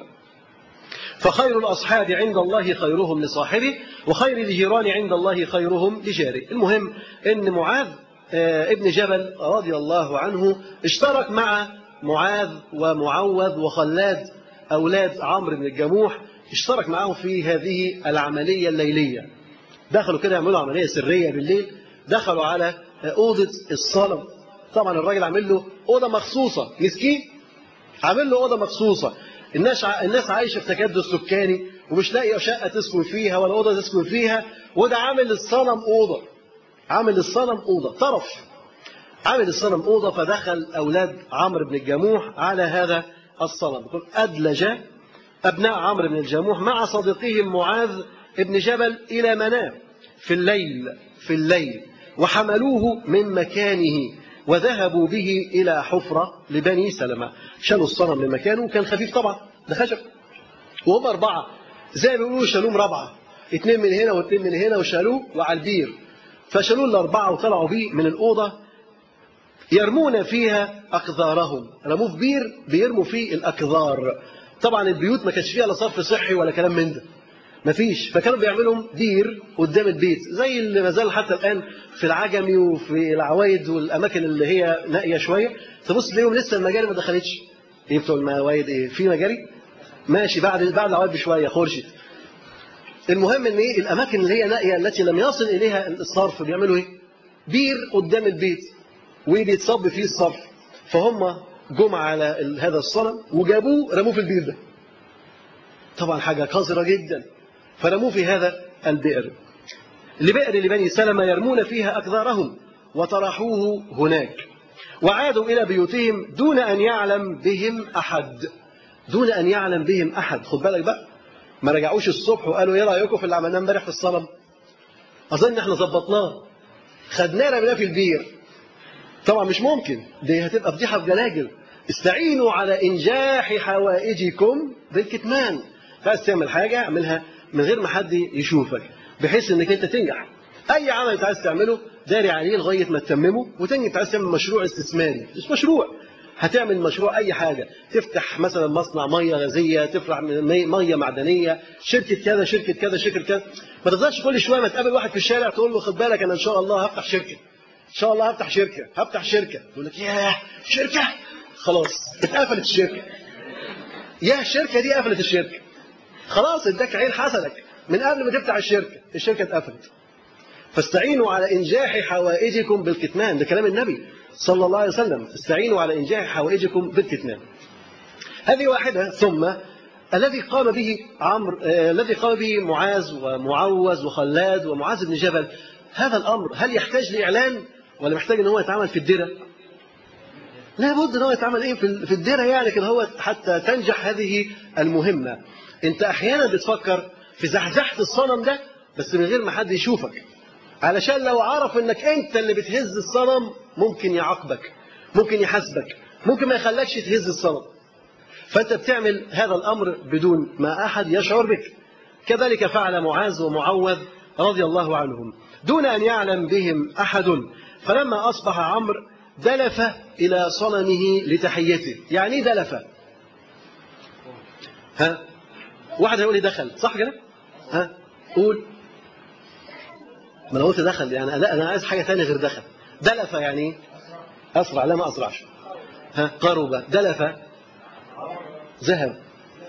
فخير الأصحاب عند الله خيرهم لصاحبه وخير الجيران عند الله خيرهم لجاره. المهم أن معاذ ابن جبل رضي الله عنه اشترك مع معاذ ومعوذ وخلاد أولاد عمرو بن الجموح، اشترك معهم في هذه العملية الليلية. دخلوا كده يعملوا عملية سرية بالليل، دخلوا على أوضة الصنم. طبعا الراجل عامل له أوضة مخصوصة، مسكين عامل له أوضة مخصوصة. الناس الناس عايشة في تكدس سكاني ومش لاقي شقة تسكن فيها ولا أوضة تسكن فيها، وده عامل للصنم أوضة، عامل للصنم أوضة طرف، عامل للصنم أوضة. فدخل أولاد عمرو بن الجموح على هذا الصنم. أدلج أبناء عمرو بن الجموح مع صديقهم معاذ بن جبل إلى منام في الليل في الليل وحملوه من مكانه وذهبوا به إلى حفرة لبني سلمة. شالوا الصنم من مكانه، كان خفيف طبعا، ده خشب، وهم أربعة زي ما بيقولوا شالوه رابعة، اتنين من هنا واتنين من هنا وشالوه وعلى البير. فشالوه الأربعة وطلعوا بيه من الأوضة يرمون فيها أقذارهم. رموه في بير بيرموا فيه الأقذار. طبعا البيوت ما كانش فيها لا صرف صحي ولا كلام من ده، مفيش. فكانوا بيعملوا بير قدام البيت زي اللي ما زال حتى الآن في العجمي وفي العوايد والأماكن اللي هي نائية شوية، تبص تلاقيهم لسه المجاري ما دخلتش. ايه بتوع الموايد ايه؟ في مجاري؟ ماشي بعد بعد العوايد بشوية خرجت. المهم ان ايه الأماكن اللي هي نائية التي لم يصل إليها الصرف بيعملوا ايه؟ بير قدام البيت وبيتصب فيه الصرف. فهم جم على هذا الصنم وجابوه رموه في البير ده. طبعا حاجة قذرة جدا. فرموه في هذا البئر، لبئر لبني سلمة يرمون فيها أقذارهم وطرحوه هناك. وعادوا إلى بيوتهم دون أن يعلم بهم أحد. دون أن يعلم بهم أحد. خد بالك بقى، ما رجعوش الصبح وقالوا ايه رأيكم في اللي عملناه امبارح في الصنم؟ أظن احنا ظبطناه، خدناه رميناه في البير. طبعا مش ممكن، دي هتبقى فضيحة بجلاجل. استعينوا على إنجاح حوائجكم بالكتمان. عايز تعمل حاجة اعملها من غير ما حد يشوفك، بحيث انك انت تنجح. اي عمل انت عايز تعمله داري عليه لغايه ما تتممه وتنجح. انت عايز تعمل مشروع استثماري، مش مشروع، هتعمل مشروع اي حاجه، تفتح مثلا مصنع ميه غازيه، تفرع ميه معدنيه، شركه كذا شركه كذا شركه كذا. ما تقدرش كل شويه ما تقابل واحد في الشارع تقول له خد بالك انا ان شاء الله هفتح شركه، ان شاء الله هفتح شركه هفتح شركه يقول لك ياه شركه، خلاص اتقفلت الشركه. يا الشركه دي قفلت الشركه، خلاص اداك عين حسدك من قبل ما تفتح الشركه، الشركه اتقفلت. فاستعينوا على إنجاح حوائجكم بالكتمان. ده كلام النبي صلى الله عليه وسلم. استعينوا على إنجاح حوائجكم بالكتمان. هذه واحدة. ثم الذي قام به عمرو آه الذي قام به معاذ ومعوذ وخلاد ومعاذ بن جبل، هذا الأمر هل يحتاج لإعلان ولا محتاج ان هو يتعمل في الدرة؟ لا بد ان هو يتعمل ايه في الدرة يعني كده هو حتى تنجح هذه المهمة. انت احيانا بتفكر في زحزحة الصنم ده بس من غير ما حد يشوفك، علشان لو عرف انك انت اللي بتهز الصنم ممكن يعاقبك، ممكن يحاسبك، ممكن ما يخلكش تهز الصنم. فانت بتعمل هذا الامر بدون ما احد يشعر بك. كذلك فعل معاذ ومعوذ رضي الله عنهم دون ان يعلم بهم احد. فلما اصبح عمرو دلف الى صنمه لتحيته. يعني ايه دلف؟ ها واحد هيقول لي دخل، صح كده؟ ها قول. ما انا قلت دخل يعني لا انا عايز حاجه ثانيه غير دخل. دلف يعني ايه؟ اسرع. لا ما اسرعش. ها قرب. دلف ذهب.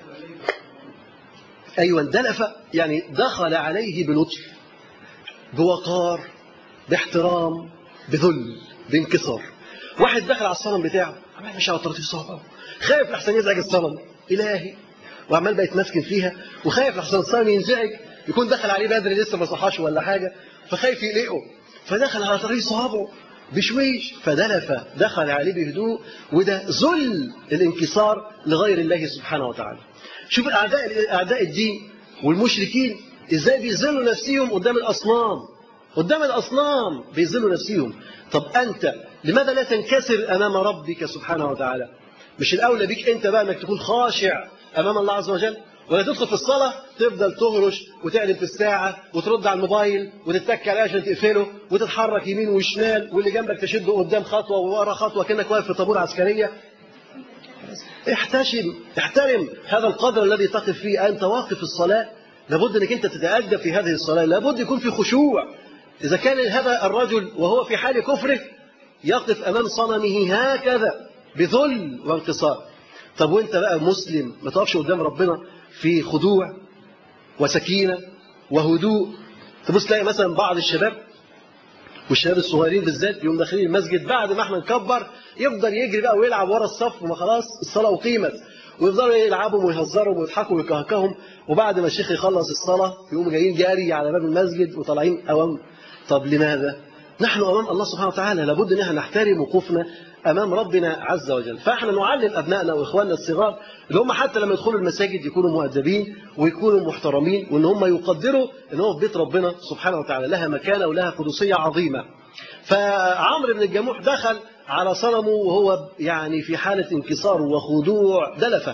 ايوه دلف يعني دخل عليه بلطف، بوقار، باحترام، بذل، بانكسار. واحد دخل على الصنم بتاعه عمال مش على طراطيف صوابعه، خايف لحسن يزعج الصنم الهي، وعمال بقى يتمسكن فيها وخايف لحسن الصنم ينزعج، يكون دخل عليه بدري لسه ما صحاش ولا حاجه فخايف يقلقه، فدخل على طريق صوابعه بشويش فدلف، دخل عليه بهدوء. وده ذل الانكسار لغير الله سبحانه وتعالى. شوف اعداء اعداء الدين والمشركين ازاي بيذلوا نفسهم قدام الاصنام، قدام الاصنام بيذلوا نفسهم. طب انت لماذا لا تنكسر امام ربك سبحانه وتعالى؟ مش الاولى بيك انت بقى انك تكون خاشع امام الله عز وجل؟ ولا تدخل في الصلاة تفضل تهرش وتعدل في الساعة وترد على الموبايل وتتك عليه عشان تقفله وتتحرك يمين وشمال واللي جنبك تشده قدام خطوة وورا خطوة كأنك واقف في طابور عسكرية. احتشم، احترم هذا القدر الذي تقف فيه. أنت واقف في الصلاة لابد أنك أنت تتأدب في هذه الصلاة، لابد يكون في خشوع. إذا كان هذا الرجل وهو في حال كفره يقف أمام صنمه هكذا بذل وانتصار، طب وانت بقى مسلم ما تقفش قدام ربنا في خضوع وسكينة وهدوء؟ تبص تلاقي مثلا بعض الشباب والشباب الصغيرين بالذات يوم داخلين المسجد بعد ما احنا نكبر يفضل يجري بقى ويلعب ورا الصف وما خلاص الصلاة أقيمت، ويفضلوا يلعبوا ويهزروا ويضحكوا ويكهكهم، وبعد ما الشيخ يخلص الصلاة يقوموا جايين جاري على باب المسجد وطالعين أوام. طب لماذا؟ نحن أمام الله سبحانه وتعالى لابد ان احنا نحترم وقوفنا أمام ربنا عز وجل. فاحنا نعلم أبنائنا وإخواننا الصغار اللي هم حتى لما يدخلوا المساجد يكونوا مؤدبين ويكونوا محترمين، وإن هم يقدروا إن هو في بيت ربنا سبحانه وتعالى لها مكانة ولها قدسية عظيمة. فعمرو بن الجموح دخل على صنمه وهو يعني في حالة انكسار وخضوع، دلفه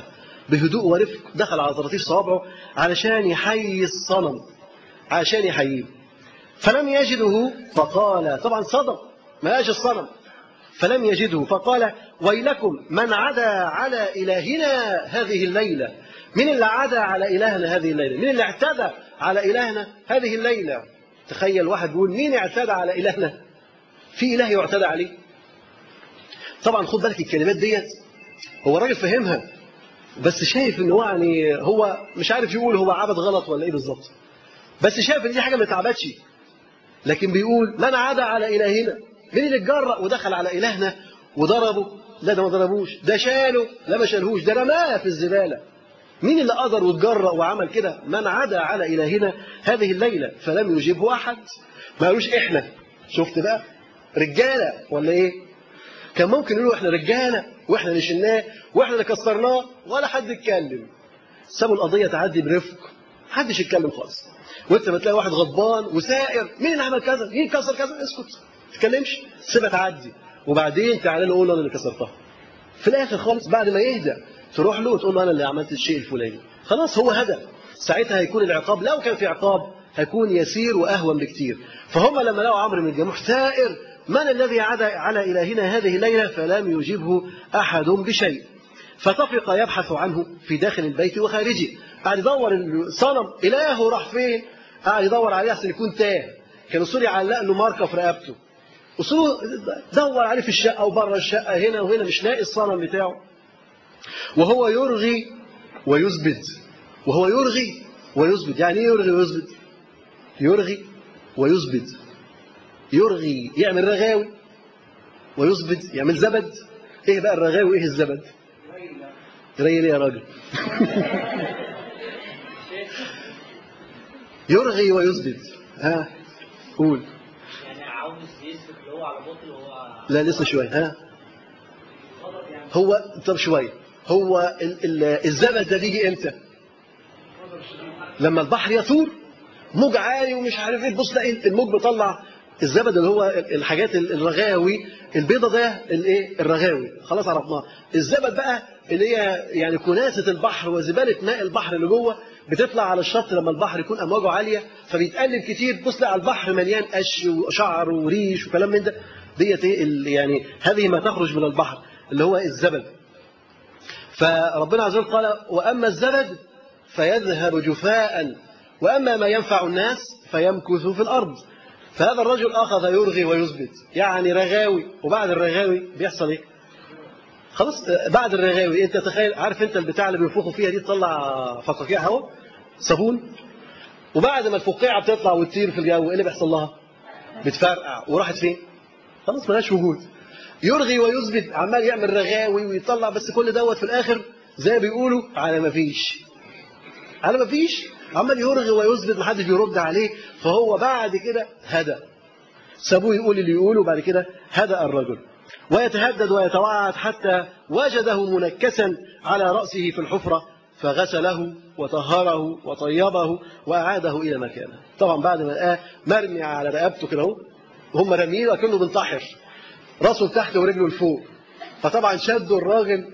بهدوء ورفق دخل على طراطيف صوابعه علشان يحيي الصنم، علشان يحييه. فلم يجده فقال، طبعا صدق ما لقاش الصنم، فلم يجده فقال ويلكم من عدا على إلهنا هذه الليلة. من اللي عدا على إلهنا هذه الليلة؟ من اللي اعتدى على إلهنا هذه الليلة؟ تخيل واحد بيقول مين اعتدى على إلهنا؟ في إله يعتدى عليه؟ طبعا خد بالك الكلمات ديت هو راجل فهمها، بس شايف ان هو يعني هو مش عارف يقول هو عبد غلط ولا ايه بالظبط، بس شايف ان دي حاجه ما تعبتش، لكن بيقول من عدا على إلهنا. مين اللي اتجرأ ودخل على إلهنا وضربه؟ لا ده ما ضربوش، ده شاله، لا ما شالهوش، ده رماه في الزبالة. مين اللي قدر واتجرأ وعمل كده؟ من عدا على إلهنا هذه الليلة. فلم يجيبه أحد. ما قالوش إحنا. شفت بقى رجالة ولا إيه؟ كان ممكن يقولوا إحنا رجالة وإحنا اللي شلناه وإحنا اللي كسرناه، ولا حد اتكلم. سابوا القضية تعدي برفق، محدش يتكلم خالص. وانت بتلاقي واحد غضبان وسائر، مين اللي عمل كذا؟ مين كسر كذا؟ اسكت ما تتكلمش، سيبها تعدي، وبعدين تعالى له قول له انا اللي كسرتها. في الاخر خالص بعد ما يهدى تروح له وتقول له انا اللي عملت الشيء الفلاني. خلاص هو هدى. ساعتها هيكون العقاب، لو كان في عقاب هيكون يسير واهون بكتير. فهم لما لقوا عمرو بن الجموح ثائر من الذي عدا على الهنا هذه الليله، فلم يجبه احد بشيء. فطفق يبحث عنه في داخل البيت وخارجه. قاعد يدور الصنم إلهه راح فين، قاعد يدور عليه عشان يكون تاه. كان السوري علق له ماركه في رقبته، وصوله دور عليه في الشقه وبره الشقه هنا وهنا، مش لاقي الصنم بتاعه. وهو يرغي ويثبت، وهو يرغي ويثبت. يعني ايه يرغي ويثبت؟ يرغي ويثبت، يرغي يعمل رغاوي، ويثبت يعمل زبد. ايه بقى الرغاوي وايه الزبد؟ ري ليه يا راجل؟ يرغي ويثبت. ها قول. يعني عاوز يثبت اللي هو على باطل وهو لا لسه شويه. ها هو طب شويه. هو ال ال الزبد ده بيجي امتى؟ لما البحر يثور موج عالي ومش عارف ايه، تبص تلاقي الموج بيطلع الزبد اللي هو الحاجات الرغاوي البيضه، ده الايه الرغاوي، خلاص عرفناه. الزبد بقى اللي هي يعني كناسه البحر وزباله ماء البحر اللي جوه بتطلع على الشط لما البحر يكون امواجه عاليه، فبيتقلب كتير، تبص على البحر مليان قش وشعر وريش وكلام من ده. ديت ايه يعني هذه ما تخرج من البحر اللي هو الزبد. فربنا عز وجل قال واما الزبد فيذهب جفاء واما ما ينفع الناس فيمكث في الارض. فهذا الرجل اخذ يرغي ويثبت، يعني رغاوي، وبعد الرغاوي بيحصل ايه؟ خلاص بعد الرغاوي انت تخيل، عارف انت البتاع اللي بينفخوا فيها دي تطلع فقاقيع هواء صابون، وبعد ما الفقاعه بتطلع وتطير في الجو ايه اللي بيحصل لها؟ بتفرقع وراحت فين؟ خلاص مالهاش وجود. يرغي ويثبت، عمال يعمل رغاوي ويطلع، بس كل دوت في الاخر زي ما بيقولوا على ما فيش، على ما فيش، عمال يرغي ويثبت محدش بيرد عليه. فهو بعد كده هدى، سابوه يقول اللي يقوله، وبعد كده هدأ الرجل ويتهدد ويتوعد حتى وجده منكسا على رأسه في الحفرة، فغسله وطهره وطيبه وأعاده إلى مكانه. طبعا بعد ما لقاه مرمي على رقبته كده اهو، وهم راميين وكأنه بنطحر، راسه لتحت ورجله لفوق. فطبعا شدوا الراجل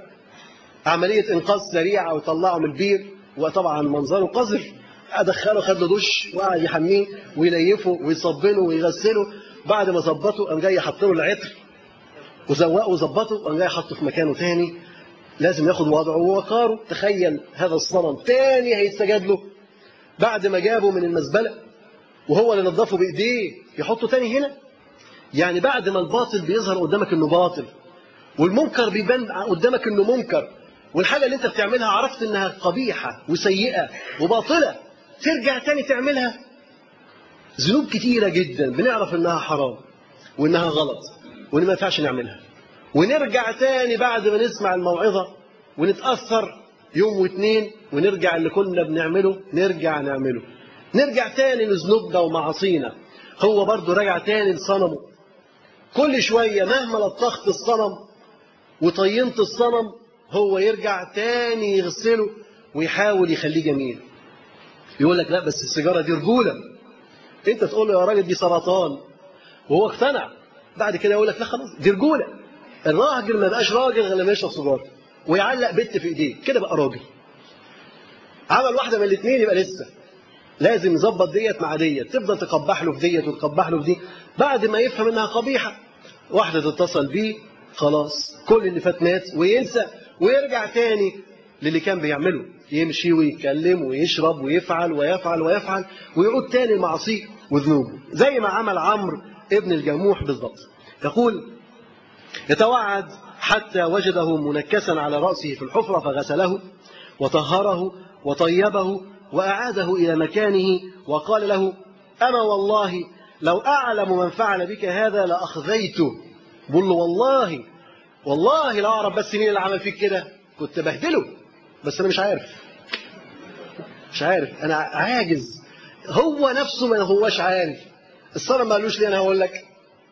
عملية إنقاذ سريعة وطلعه من البير، وطبعا منظره قذر. أدخله خد له دش وقعد يحميه ويليفه ويصبنه ويغسله. بعد ما ظبطه قام جاي حط له العطر وزوقه وظبطه، وقام جاي حطه في مكانه تاني، لازم ياخد وضعه ووقاره. تخيل هذا الصنم تاني هيتسجد له بعد ما جابه من المزبله وهو اللي نظفه بايديه، يحطه تاني هنا. يعني بعد ما الباطل بيظهر قدامك انه باطل، والمنكر بيبان قدامك انه منكر، والحاجه اللي انت بتعملها عرفت انها قبيحه وسيئه وباطله، ترجع تاني تعملها. ذنوب كتيره جدا بنعرف انها حرام وانها غلط وان ما ينفعش نعملها، ونرجع تاني بعد ما نسمع الموعظه ونتاثر يوم واثنين، ونرجع اللي كنا بنعمله نرجع نعمله، نرجع تاني لذنوبنا ومعاصينا. هو برضه رجع تاني لصنمه. كل شويه مهما لطخت الصنم وطينت الصنم، هو يرجع تاني يغسله ويحاول يخليه جميل. يقول لك لا بس السيجاره دي رجوله، انت تقول له يا راجل دي سرطان وهو اقتنع. بعد كده يقول لك لا خلاص دي رجوله. الراجل ما بقاش راجل غير لما يشرب سيجاره ويعلق بت في ايديه، كده بقى راجل. عمل واحدة من الاثنين يبقى لسه لازم يظبط ديت مع ديت، تفضل تقبح له في ديت وتقبح له في دي، بعد ما يفهم انها قبيحة واحدة تتصل بيه خلاص كل اللي فات مات وينسى ويرجع تاني للي كان بيعمله، يمشي ويتكلم ويشرب ويفعل ويفعل ويفعل ويعود تاني لمعاصيه وذنوبه، زي ما عمل عمرو ابن الجموح بالضبط. يقول يتوعد حتى وجده منكسا على رأسه في الحفرة فغسله وطهره وطيبه وأعاده إلى مكانه وقال له أما والله لو أعلم من فعل بك هذا لأخذيته. بقول له والله والله لا أعرف بس مين اللي عمل فيك كده كنت بهدله، بس أنا مش عارف مش عارف أنا عاجز. هو نفسه ما هوش عارف. الصنم ما قالوش لي أنا هقول لك؟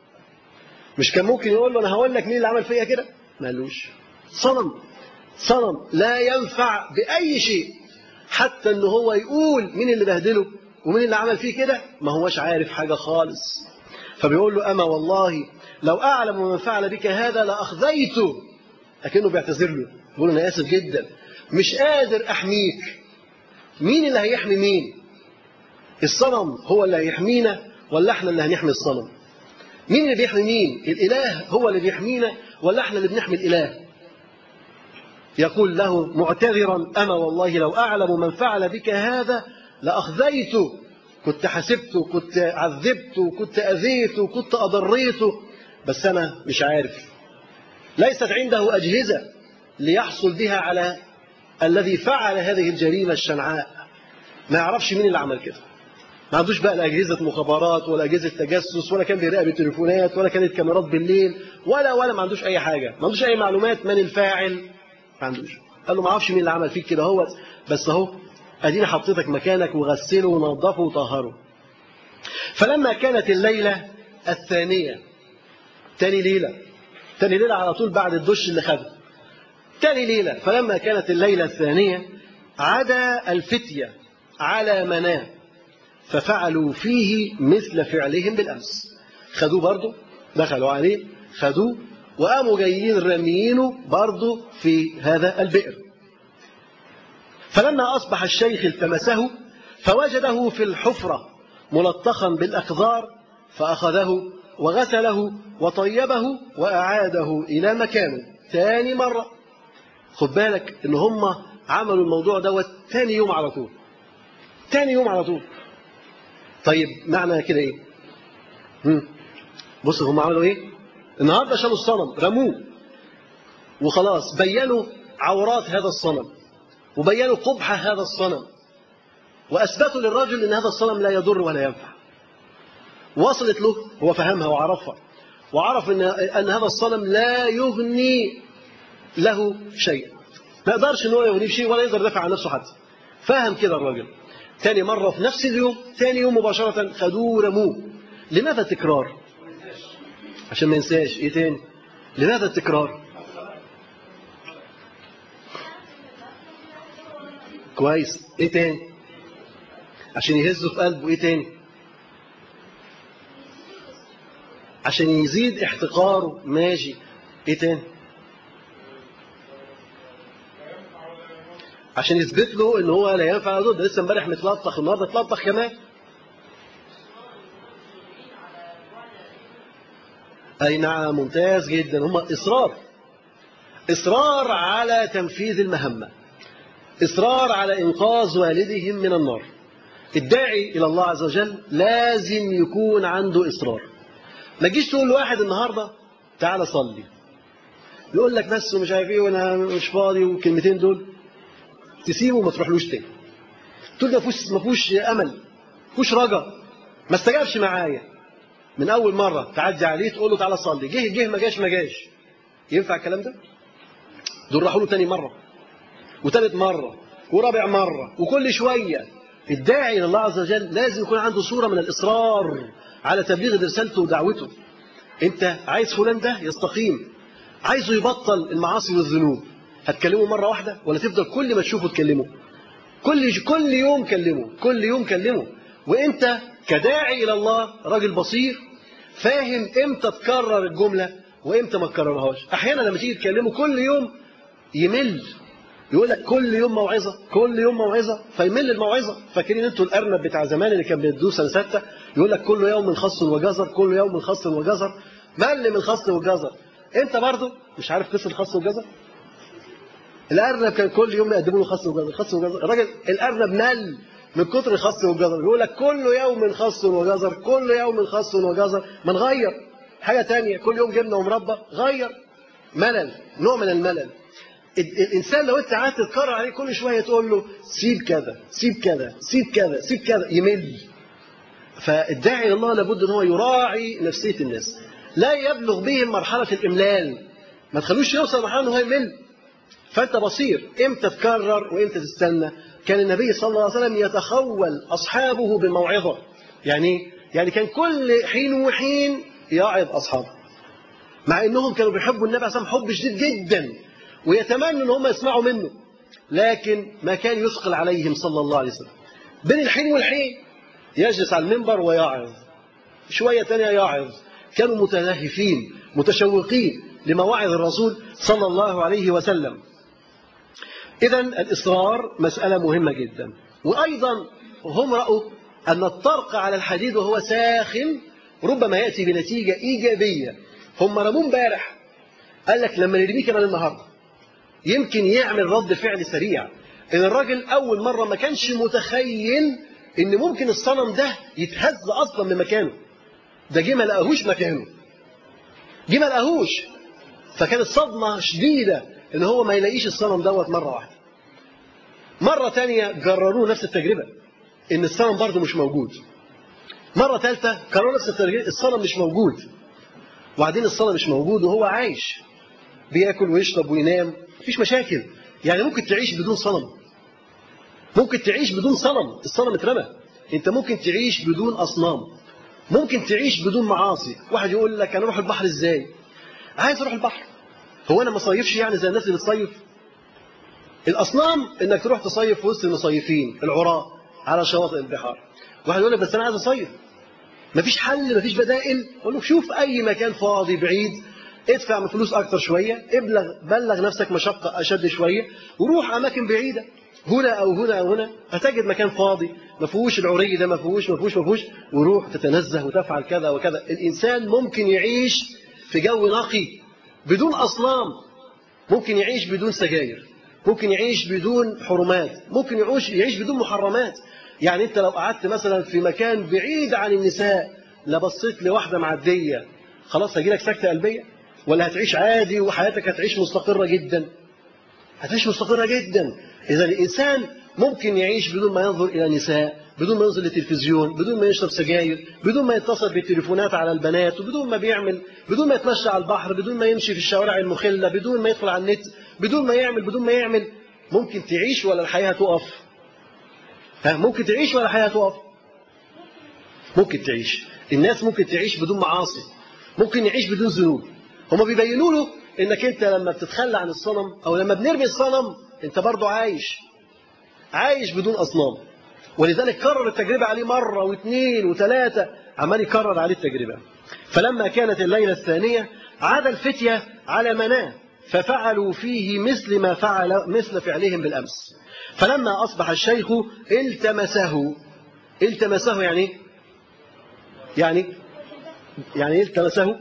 مش كان ممكن يقول له أنا هقول لك مين اللي عمل فيا كده؟ ما قالوش. صنم صنم لا ينفع بأي شيء، حتى إن هو يقول مين اللي بهدله ومين اللي عمل فيه كده ما هوش عارف حاجة خالص. فبيقول له أما والله لو أعلم من فعل بك هذا لأخذيته، لكنه بيعتذر له بيقول أنا آسف جدا مش قادر أحميك. مين اللي هيحمي مين؟ الصنم هو اللي هيحمينا ولا احنا اللي هنحمي الصنم؟ مين اللي بيحمي مين؟ الإله هو اللي بيحمينا ولا احنا اللي بنحمي الإله؟ يقول له معتذرا أما والله لو أعلم من فعل بك هذا لأخذيته، كنت حسبته كنت عذبته كنت أذيته كنت أضريته، بس أنا مش عارف. ليست عنده أجهزة ليحصل بها على الذي فعل هذه الجريمة الشنعاء، ما يعرفش مين اللي عمل كده، ما عندوش بقى أجهزة مخابرات ولا أجهزة تجسس ولا كان بيراقب التليفونات ولا كانت كاميرات بالليل ولا ولا ما عندوش أي حاجة، ما عندوش أي معلومات من الفاعل، ما عندوش. قال له ما اعرفش مين اللي عمل فيك كده هو، بس اهو اديني حطيتك مكانك وغسله ونظفه وطهره. فلما كانت الليلة الثانية، تاني ليلة تاني ليلة على طول بعد الدش اللي خده، تاني ليلة، فلما كانت الليلة الثانية عدا الفتية على مناه ففعلوا فيه مثل فعلهم بالأمس. خدوه برضه دخلوا عليه خدوه وقاموا جايين رميينه برضه في هذا البئر. فلما أصبح الشيخ التمسه فوجده في الحفرة ملطخا بالأخضار فأخذه وغسله وطيبه وأعاده إلى مكانه ثاني مرة. خد بالك إن هم عملوا الموضوع دوت ثاني يوم على طول، ثاني يوم على طول. طيب معنى كده إيه؟ بصوا هم عملوا إيه؟ النهارده شالوا الصنم رموه وخلاص، بينوا عورات هذا الصنم وبينوا قبح هذا الصنم وأثبتوا للرجل أن هذا الصنم لا يضر ولا ينفع. وصلت له هو فهمها وعرفها وعرف أن, أن هذا الصنم لا يغني له شيء، ما يقدرش أنه يغني بشيء ولا يقدر يدافع عن نفسه حتى. فهم كده الراجل. ثاني مرة في نفس اليوم، ثاني يوم مباشرة خدوه رموه. لماذا تكرار؟ عشان ما ينساش. ايه تاني؟ لماذا التكرار؟ كويس. ايه تاني؟ عشان يهزه في قلبه. ايه تاني؟ عشان يزيد احتقاره. ماشي. ايه تاني؟ عشان يثبت له ان هو لا ينفع ضد. لسه امبارح متلطخ النهارده اتلطخ كمان. أي نعم، ممتاز جدا. هم إصرار إصرار على تنفيذ المهمة، إصرار على إنقاذ والدهم من النار. الداعي إلى الله عز وجل لازم يكون عنده إصرار. ما تجيش تقول لواحد النهاردة تعالى صلي يقول لك بس ومش عارف ايه وانا مش فاضي والكلمتين دول، تسيبه وما تروحلوش تاني. تقول ده ما فيهوش امل، ما فيهوش رجا، ما استجابش معايا. من اول مره تعدي عليه تقول له تعالى صلي، جه جه ما جاش ما جاش. ينفع الكلام ده؟ دول راحوا له تاني مره وثالث مره ورابع مره وكل شويه. الداعي الى الله عز وجل لازم يكون عنده صوره من الاصرار على تبليغ رسالته ودعوته. انت عايز فلان ده يستقيم، عايزه يبطل المعاصي والذنوب، هتكلمه مره واحده ولا تفضل كل ما تشوفه تكلمه؟ كل كل يوم كلمه، كل يوم كلمه. وانت كداعي الى الله راجل بصير فاهم امتى تكرر الجمله وامتى ما تكررهاش. احيانا لما تيجي تكلمه كل يوم يمل يقول لك كل يوم موعظة كل يوم موعظة فيمل الموعظة. فاكرين انتوا الأرنب بتاع زمان اللي كان بيدوه سنة ستة يقول لك كل يوم من خص وجزر كل يوم من خص وجزر. مل من الخص والجزر. انت برضه مش عارف قصة الخص والجزر؟ الأرنب كان كل يوم يقدموا له خص وجزر خص وجزر. الراجل الأرنب مل من كتر الخص والجزر يقول لك كل يوم من خص وجزر كل يوم من خص وجزر. ما نغير حاجة تانية كل يوم جبنة ومربى. غير. ملل نوع من الملل. الإنسان لو أنت قعدت تكرر عليه كل شوية تقول له سيب كذا سيب كذا سيب كذا سيب كذا يمل. فالداعي الله لابد أن هو يراعي نفسية الناس لا يبلغ بهم مرحلة الإملال. ما تخلوش يوصل مرحلة أنه يمل. فأنت بصير إمتى تكرر وإمتى تستنى. كان النبي صلى الله عليه وسلم يتخول أصحابه بموعظة. يعني يعني كان كل حين وحين يعظ أصحابه مع أنهم كانوا بيحبوا النبي صلى الله عليه وسلم حب شديد جدا ويتمنوا أن هم يسمعوا منه لكن ما كان يثقل عليهم صلى الله عليه وسلم. بين الحين والحين يجلس على المنبر ويعظ شوية تانية يعظ. كانوا متلهفين متشوقين لمواعظ الرسول صلى الله عليه وسلم. إذن الإصرار مسألة مهمة جدا. وأيضا هم رأوا أن الطرق على الحديد وهو ساخن ربما يأتي بنتيجة إيجابية. هم رموه امبارح قال لك لما نرميه كمان النهارده يمكن يعمل رد فعل سريع. إن الراجل أول مرة ما كانش متخيل إن ممكن الصنم ده يتهز أصلا من مكانه. ده جه ما لقاهوش مكانه جه ما لقاهوش. فكانت صدمة شديدة إن هو ما يلاقيش الصنم دوت مرة واحدة. مرة تانية جرروه نفس التجربة إن الصنم برضه مش موجود. مرة ثالثة كرروا نفس التجربة الصنم مش موجود. وبعدين الصنم مش موجود وهو عايش بياكل ويشرب وينام مفيش مشاكل. يعني ممكن تعيش بدون صنم. ممكن تعيش بدون صنم. الصنم اترمى. انت ممكن تعيش بدون أصنام. ممكن تعيش بدون معاصي. واحد يقول لك أنا أروح البحر إزاي؟ عايز أروح البحر. هو أنا ما صيفش يعني زي الناس اللي بتصيف؟ الأصنام إنك تروح تصيف في وسط المصيفين العراة على شواطئ البحار. واحد يقول لك بس أنا عايز أصيف. مفيش حل مفيش بدائل. أقول له شوف أي مكان فاضي بعيد ادفع من فلوس أكتر شوية ابلغ بلغ نفسك مشقة أشد شوية وروح أماكن بعيدة هنا أو هنا أو هنا هتجد مكان فاضي ما فيهوش العري ده ما فيهوش ما فيهوش ما فيهوش وروح تتنزه وتفعل كذا وكذا. الإنسان ممكن يعيش في جو نقي بدون أصنام. ممكن يعيش بدون سجاير. ممكن يعيش بدون حرمات. ممكن يعيش يعيش بدون محرمات. يعني أنت لو قعدت مثلا في مكان بعيد عن النساء لا بصيت لواحدة معدية خلاص هيجيلك سكتة قلبية ولا هتعيش عادي وحياتك هتعيش مستقرة جدا؟ هتعيش مستقرة جدا. إذا الإنسان ممكن يعيش بدون ما ينظر إلى نساء بدون ما ينظر للتلفزيون بدون ما يشرب سجاير بدون ما يتصل بالتليفونات على البنات وبدون ما بيعمل بدون ما يتمشى على البحر بدون ما يمشي في الشوارع المخلة بدون ما يدخل على النت بدون ما يعمل بدون ما يعمل. ممكن تعيش ولا الحياة تقف؟ ها ممكن تعيش ولا الحياة تقف؟ ممكن تعيش. الناس ممكن تعيش بدون معاصي. ممكن يعيش بدون ذنوب. هما بيبينوا له انك انت لما بتتخلى عن الصنم او لما بنرمي الصنم انت برضه عايش عايش بدون اصنام. ولذلك كرر التجربة عليه مرة واثنين وثلاثة عمال يكرر عليه التجربة. فلما كانت الليلة الثانية عاد الفتية على مناه ففعلوا فيه مثل ما فعل مثل فعلهم بالأمس. فلما أصبح الشيخ التمسه. التمسه يعني يعني يعني التمسه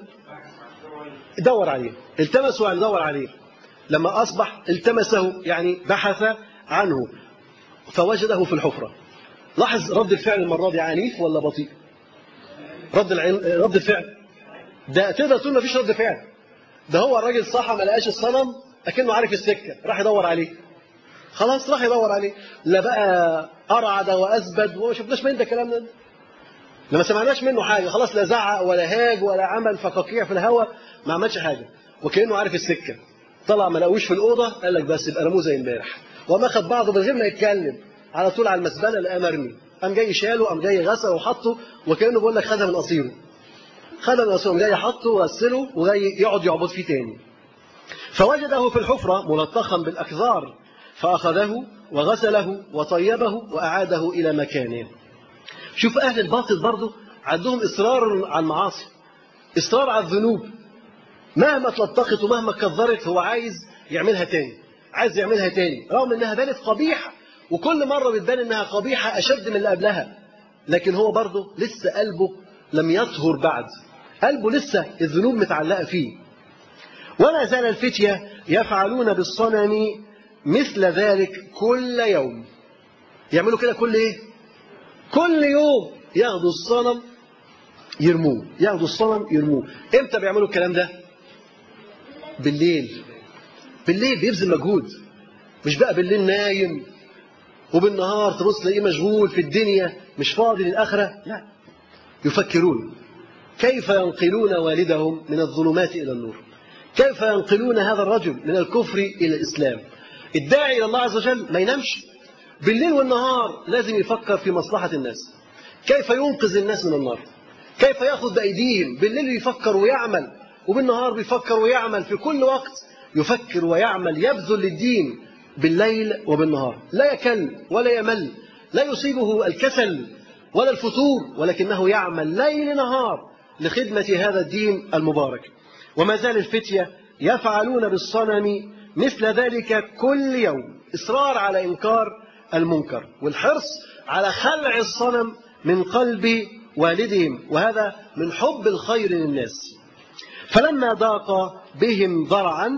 دور عليه. التمسه يعني دور عليه. لما أصبح التمسه يعني بحث عنه فوجده في الحفرة. لاحظ رد الفعل المرة دي عنيف ولا بطيء؟ رد العين رد الفعل ده تقدر تقول ما فيش رد فعل. ده هو الراجل صحى ما لقاش الصنم اكنه عارف السكه راح يدور عليه. خلاص راح يدور عليه. لا بقى ارعد وازبد وما شفناش منه ده الكلام ده. لما سمعناش منه حاجه خلاص لا زعق ولا هاج ولا عمل فقاقيع في الهواء ما عملش حاجه وكانه عارف السكه. طلع ما لقوش في الاوضه قال لك بس يبقى رموه زي امبارح وما خد بعضه من غير ما يتكلم على طول على المزبله لقاه مرمي. قام جاي شاله قام جاي غسله وحطه وكانه بيقول لك خدها من قصيره. خدها من قصيره جاي حطه وغسله وجاي يقعد يعبط فيه تاني. فوجده في الحفره ملطخا بالاكذار فاخذه وغسله وطيبه واعاده الى مكانه. شوف اهل الباطل برضه عندهم اصرار على المعاصي اصرار على الذنوب. مهما تلطخت ومهما كذرت هو عايز يعملها تاني عايز يعملها تاني، رغم انها بانت قبيحه، وكل مره بتبان انها قبيحه اشد من اللي قبلها، لكن هو برضه لسه قلبه لم يطهر بعد، قلبه لسه الذنوب متعلقه فيه. ولا زال الفتيه يفعلون بالصنم مثل ذلك كل يوم. يعملوا كده كل ايه؟ كل يوم ياخدوا الصنم يرموه، ياخدوا الصنم يرموه. امتى بيعملوا الكلام ده؟ بالليل. بالليل بيبذل مجهود، مش بقى بالليل نايم وبالنهار تبص تلاقيه مشغول في الدنيا مش فاضي للآخرة. لا، يفكرون كيف ينقلون والدهم من الظلمات إلى النور، كيف ينقلون هذا الرجل من الكفر إلى الإسلام. الداعي إلى الله عز وجل ما ينامش بالليل والنهار، لازم يفكر في مصلحة الناس، كيف ينقذ الناس من النار، كيف يأخذ بأيديهم. بالليل يفكر ويعمل، وبالنهار بيفكر ويعمل، في كل وقت يفكر ويعمل، يبذل للدين بالليل وبالنهار، لا يكل ولا يمل، لا يصيبه الكسل ولا الفتور، ولكنه يعمل ليل نهار لخدمة هذا الدين المبارك. وما زال الفتية يفعلون بالصنم مثل ذلك كل يوم، إصرار على إنكار المنكر والحرص على خلع الصنم من قلب والدهم، وهذا من حب الخير للناس. فلما ضاق بهم ذرعا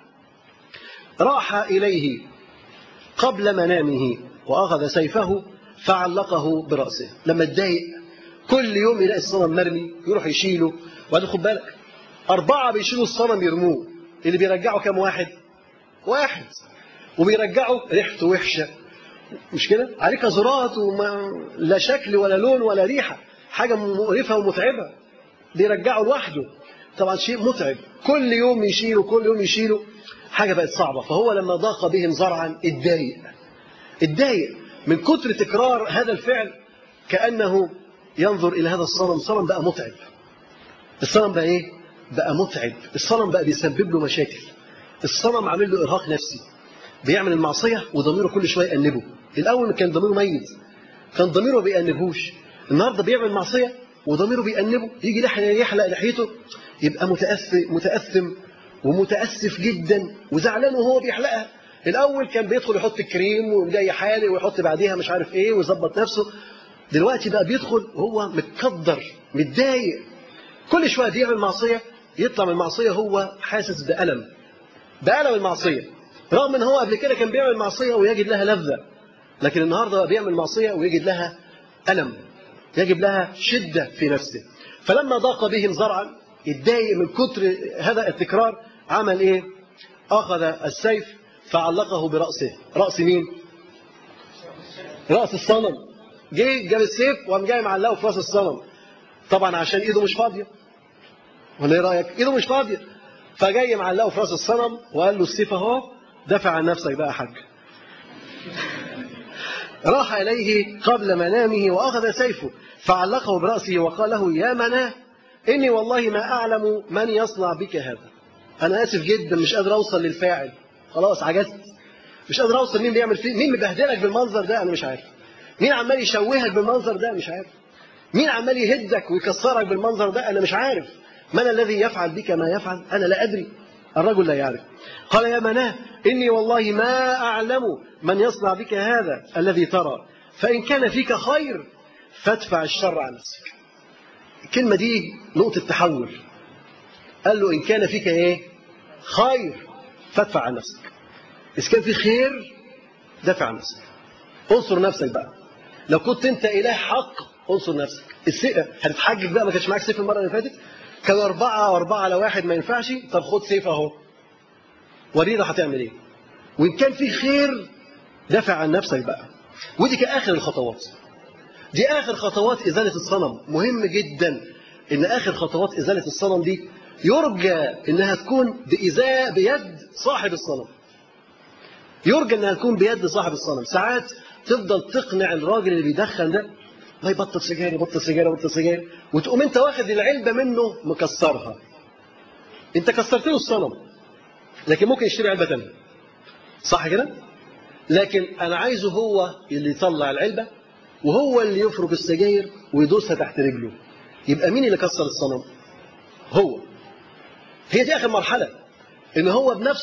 راح إليه قبل منامه وأخذ سيفه فعلقه برأسه. لما اتضايق كل يوم يلاقي الصنم مرمي يروح يشيله، وهذا خد بالك أربعة بيشيلوا الصنم يرموه، اللي بيرجعوا كم واحد؟ واحد، وبيرجعوا ريحته وحشة، مش كده؟ عليه كزرات وما لا شكل ولا لون ولا ريحة، حاجة مقرفة ومتعبة، بيرجعوا لوحده. طبعا شيء متعب، كل يوم يشيله كل يوم يشيله، حاجة بقت صعبة. فهو لما ضاق بهم ذرعا اتضايق، اتضايق من كتر تكرار هذا الفعل، كأنه ينظر إلى هذا الصنم، الصنم بقى متعب، الصنم بقى إيه؟ بقى متعب، الصنم بقى بيسبب له مشاكل، الصنم عامل له إرهاق نفسي، بيعمل المعصية وضميره كل شوية يأنبه. الأول كان ضميره ميت، كان ضميره ما بيأنبهوش، النهارده بيعمل معصية وضميره بيأنبه، يجي يحلق لحيته يبقى متأثم متأثم ومتأسف جدا وزعلان وهو بيحلقها. الأول كان بيدخل يحط الكريم وجاي حالي ويحط بعديها مش عارف إيه ويظبط نفسه، دلوقتي بقى بيدخل هو متكدر متضايق، كل شوية بيعمل معصية يطلع من المعصية هو حاسس بألم، بألم المعصية، رغم ان هو قبل كده كان بيعمل معصية ويجد لها لذة، لكن النهارده بيعمل معصية ويجد لها ألم، يجب لها شدة في نفسه. فلما ضاق بهم ذرعا اتضايق من كتر هذا التكرار، عمل ايه؟ أخذ السيف فعلقه برأسه. رأس مين؟ رأس الصنم. جه جاب السيف وقام جاي معلقه في رأس الصنم، طبعا عشان ايده مش فاضية، ولا ايه رأيك؟ ايده مش فاضية، فجاي معلقه في رأس الصنم وقال له السيف اهو، دافع عن نفسك بقى يا حاج. راح إليه قبل منامه وأخذ سيفه فعلقه برأسه وقال له يا مناه إني والله ما أعلم من يصنع بك هذا. أنا آسف جدا مش قادر أوصل للفاعل، خلاص عجزت، مش قادر أوصل مين بيعمل فيه، مين مبهدلك بالمنظر ده أنا مش عارف، مين عمال يشوهك بالمنظر ده مش عارف، مين عمال يهدك ويكسرك بالمنظر ده أنا مش عارف، من الذي يفعل بك ما يفعل أنا لا أدري. الرجل لا يعرف. قال يا مناه إني والله ما أعلم من يصنع بك هذا الذي ترى، فإن كان فيك خير فادفع الشر عن نفسك. الكلمة دي نقطة تحول. قال له إن كان فيك إيه؟ خير فادفع عن نفسك. إذا كان في خير دافع عن نفسك، انصر نفسك بقى. لو كنت أنت إله حق انصر نفسك. السيف هتتحجج بقى، ما كانش معاك سيف المرة اللي فاتت، كان أربعة وأربعة على واحد ما ينفعش، طب خد سيف أهو ورينا هتعمل إيه. وإن كان في خير دافع عن نفسك بقى. ودي كآخر الخطوات، دي آخر خطوات إزالة الصنم. مهم جدا إن آخر خطوات إزالة الصنم دي يرجى إنها تكون بإزاء بيد صاحب الصنم، يرجى إنها تكون بيد صاحب الصنم. ساعات تفضل تقنع الراجل اللي بيدخن ده لا يبطل سجاير يبطل سجاير يبطل سجاير، وتقوم أنت واخد العلبة منه مكسرها. أنت كسرت له الصنم، لكن ممكن يشتري علبة تانية، صح كده؟ لكن أنا عايزه هو اللي يطلع العلبة وهو اللي يفرك السجاير ويدوسها تحت رجله. يبقى مين اللي كسر الصنم؟ هو. هي دي آخر مرحلة، إن هو بنفسه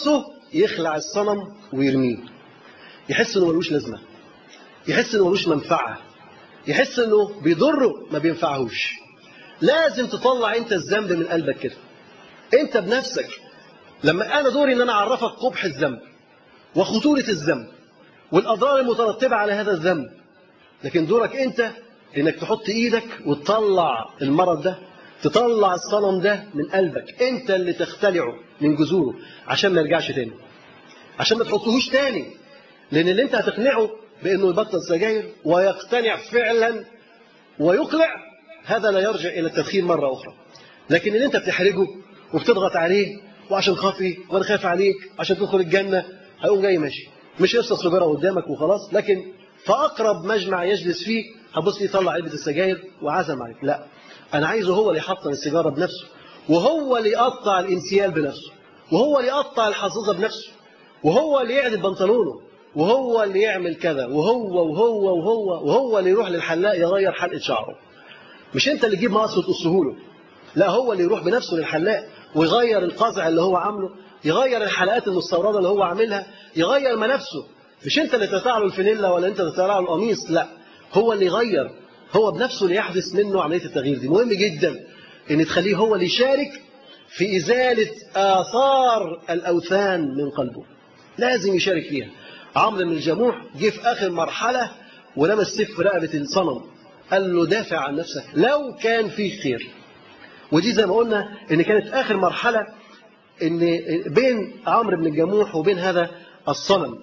يخلع الصنم ويرميه، يحس انه ملوش لازمه، يحس انه ملوش منفعه، يحس انه بيضره ما بينفعهوش. لازم تطلع انت الذنب من قلبك كده انت بنفسك. لما انا دوري ان انا اعرفك قبح الذنب وخطوره الذنب والاضرار المترتبه على هذا الذنب، لكن دورك انت انك تحط ايدك وتطلع المرض ده، تطلع الصنم ده من قلبك، انت اللي تختلعه من جذوره عشان ما يرجعش تاني، عشان ما تحطهوش تاني. لان اللي انت هتقنعه بانه يبطل سجاير ويقتنع فعلا ويقلع، هذا لا يرجع الى التدخين مره اخرى. لكن اللي انت بتحرجه وبتضغط عليه وعشان خاطري وانا خايف عليك عشان تدخل الجنه، هيقوم جاي ماشي، مش يرصص سجاره قدامك وخلاص، لكن في اقرب مجمع يجلس فيه هتبص يطلع علبه السجاير وعزم عليك. لا، انا عايزه هو اللي يحطم السيجاره بنفسه، وهو اللي يقطع الانسيال بنفسه، وهو اللي يقطع الحظيظه بنفسه، وهو اللي يعدل بنطلونه، وهو اللي يعمل كذا، وهو وهو وهو وهو اللي يروح للحلاق يغير حلقه شعره. مش انت اللي تجيب مقص وتقصه له، لا، هو اللي يروح بنفسه للحلاق ويغير القزع اللي هو عامله، يغير الحلقات المستورده اللي هو عاملها، يغير ملابسه. مش انت اللي تقطع له الفانيلا ولا انت اللي تقطع له القميص، لا، هو اللي يغير، هو بنفسه اللي يحدث منه عمليه التغيير دي. مهم جدا ان تخليه هو اللي يشارك في ازاله اثار الاوثان من قلبه، لازم يشارك فيها. عمرو بن الجموح جه في اخر مرحله ولمس سيف في رقبه الصنم، قال له دافع عن نفسك لو كان فيه خير. ودي زي ما قلنا ان كانت اخر مرحله ان بين عمرو بن الجموح وبين هذا الصنم.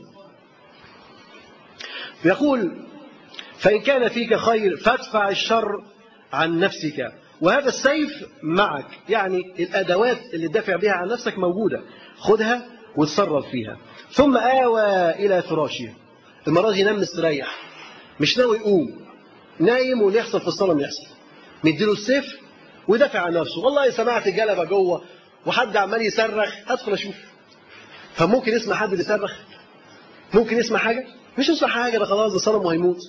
يقول: فإن كان فيك خير فادفع الشر عن نفسك، وهذا السيف معك، يعني الأدوات اللي تدافع بها عن نفسك موجودة، خدها وتصرف فيها. ثم آوى إلى فراشه، المرة دي نام مستريح، مش ناوي يقوم، نايم واللي يحصل في الصنم يحصل، مديله السيف ويدافع عن نفسه. والله سمعت جلبة جوه وحد عمال يصرخ، هدخل أشوف. فممكن يسمع حد بيصرخ؟ ممكن يسمع حاجة؟ مش يسمع حاجة، ده خلاص ده صنم وهيموت.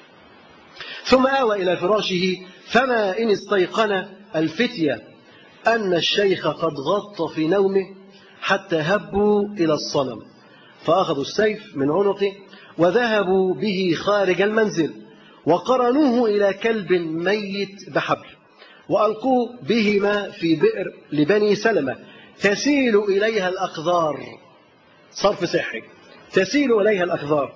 ثم آوى إلى فراشه، فما إن استيقن الفتية أن الشيخ قد غط في نومه حتى هبوا إلى الصنم، فأخذوا السيف من عنقه وذهبوا به خارج المنزل، وقرنوه إلى كلب ميت بحبل، وألقوا بهما في بئر لبني سلمة تسيل إليها الأقذار، صرف سحري، تسيل إليها الأقذار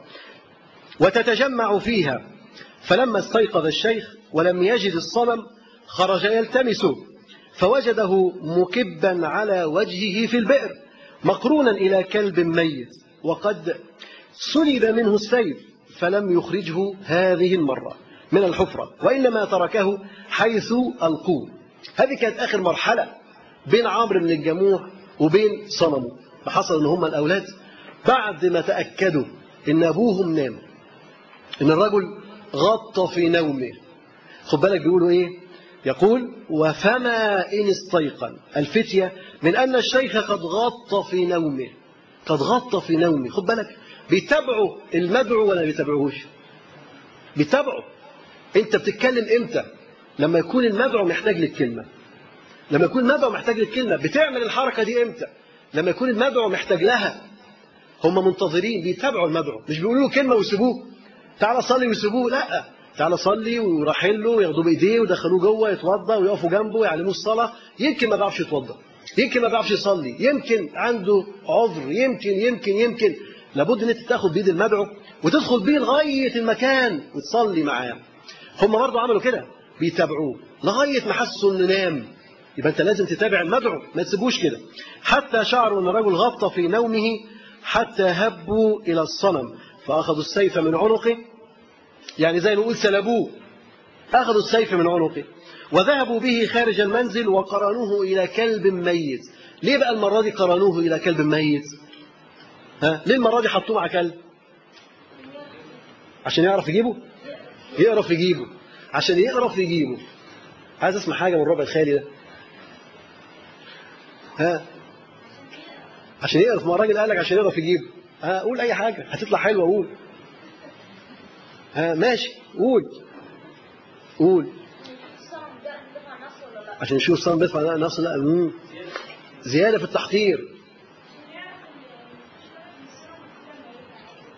وتتجمع فيها. فلما استيقظ الشيخ ولم يجد الصنم خرج يلتمسه، فوجده مكبا على وجهه في البئر مقرونا إلى كلب ميت، وقد سلب منه السيف، فلم يخرجه هذه المرة من الحفرة، وإنما تركه حيث ألقوه. هذه كانت آخر مرحلة بين عمرو بن الجموح وبين صنمه. فحصل إن هم الأولاد بعد ما تأكدوا إن أبوهم نام، إن الرجل غط في نومه، خد بالك بيقولوا إيه؟ يقول: وفما إن استيقن الفتية من أن الشيخ قد غط في نومه، قد غط في نومه. خد بالك بيتابعوا المدعو ولا بيتابعوش؟ بيتابعوا. أنت بتتكلم إمتى؟ لما يكون المدعو محتاج للكلمة، لما يكون المدعو محتاج للكلمة. بتعمل الحركة دي إمتى؟ لما يكون المدعو محتاج لها. هم منتظرين، بيتابعوا المدعو، مش بيقولوا له كلمة ويسيبوه، تعالى صلي ويسيبوه، لا، تعالى صلي ويروحوا له وياخدوه بايديه ويدخلوه جوه يتوضا ويقفوا جنبه ويعلموه الصلاه. يمكن ما بيعرفش يتوضا، يمكن ما بيعرفش يصلي، يمكن عنده عذر، يمكن يمكن يمكن لابد ان انت تاخد بايد المدعو وتدخل بيه لغايه المكان وتصلي معاه. هم برضه عملوا كده، بيتابعوه لغايه ما حسوا انه نام. يبقى انت لازم تتابع المدعو، ما تسيبوش كده. حتى شعروا ان الرجل غط في نومه حتى هبوا الى الصنم، فاخذوا السيف من عنقه، يعني زي ما نقول سلبوه، أخذوا السيف من عنقه وذهبوا به خارج المنزل وقرنوه إلى كلب ميت. ليه بقى المرة دي قرنوه إلى كلب ميت؟ ها؟ ليه المرة دي حطوه مع كلب؟ عشان يعرف يجيبه؟ يعرف يجيبه، عشان يعرف يجيبه. عايز اسمع حاجة من الربع الخالي ده؟ ها؟ عشان يعرف، ما الراجل قال لك عشان يعرف يجيبه. ها؟ قول أي حاجة هتطلع حلوة، قول. ها ماشي، قول قول. عشان نشوف الصنم بيدفع نفسه، لا، زيادة في التحقير.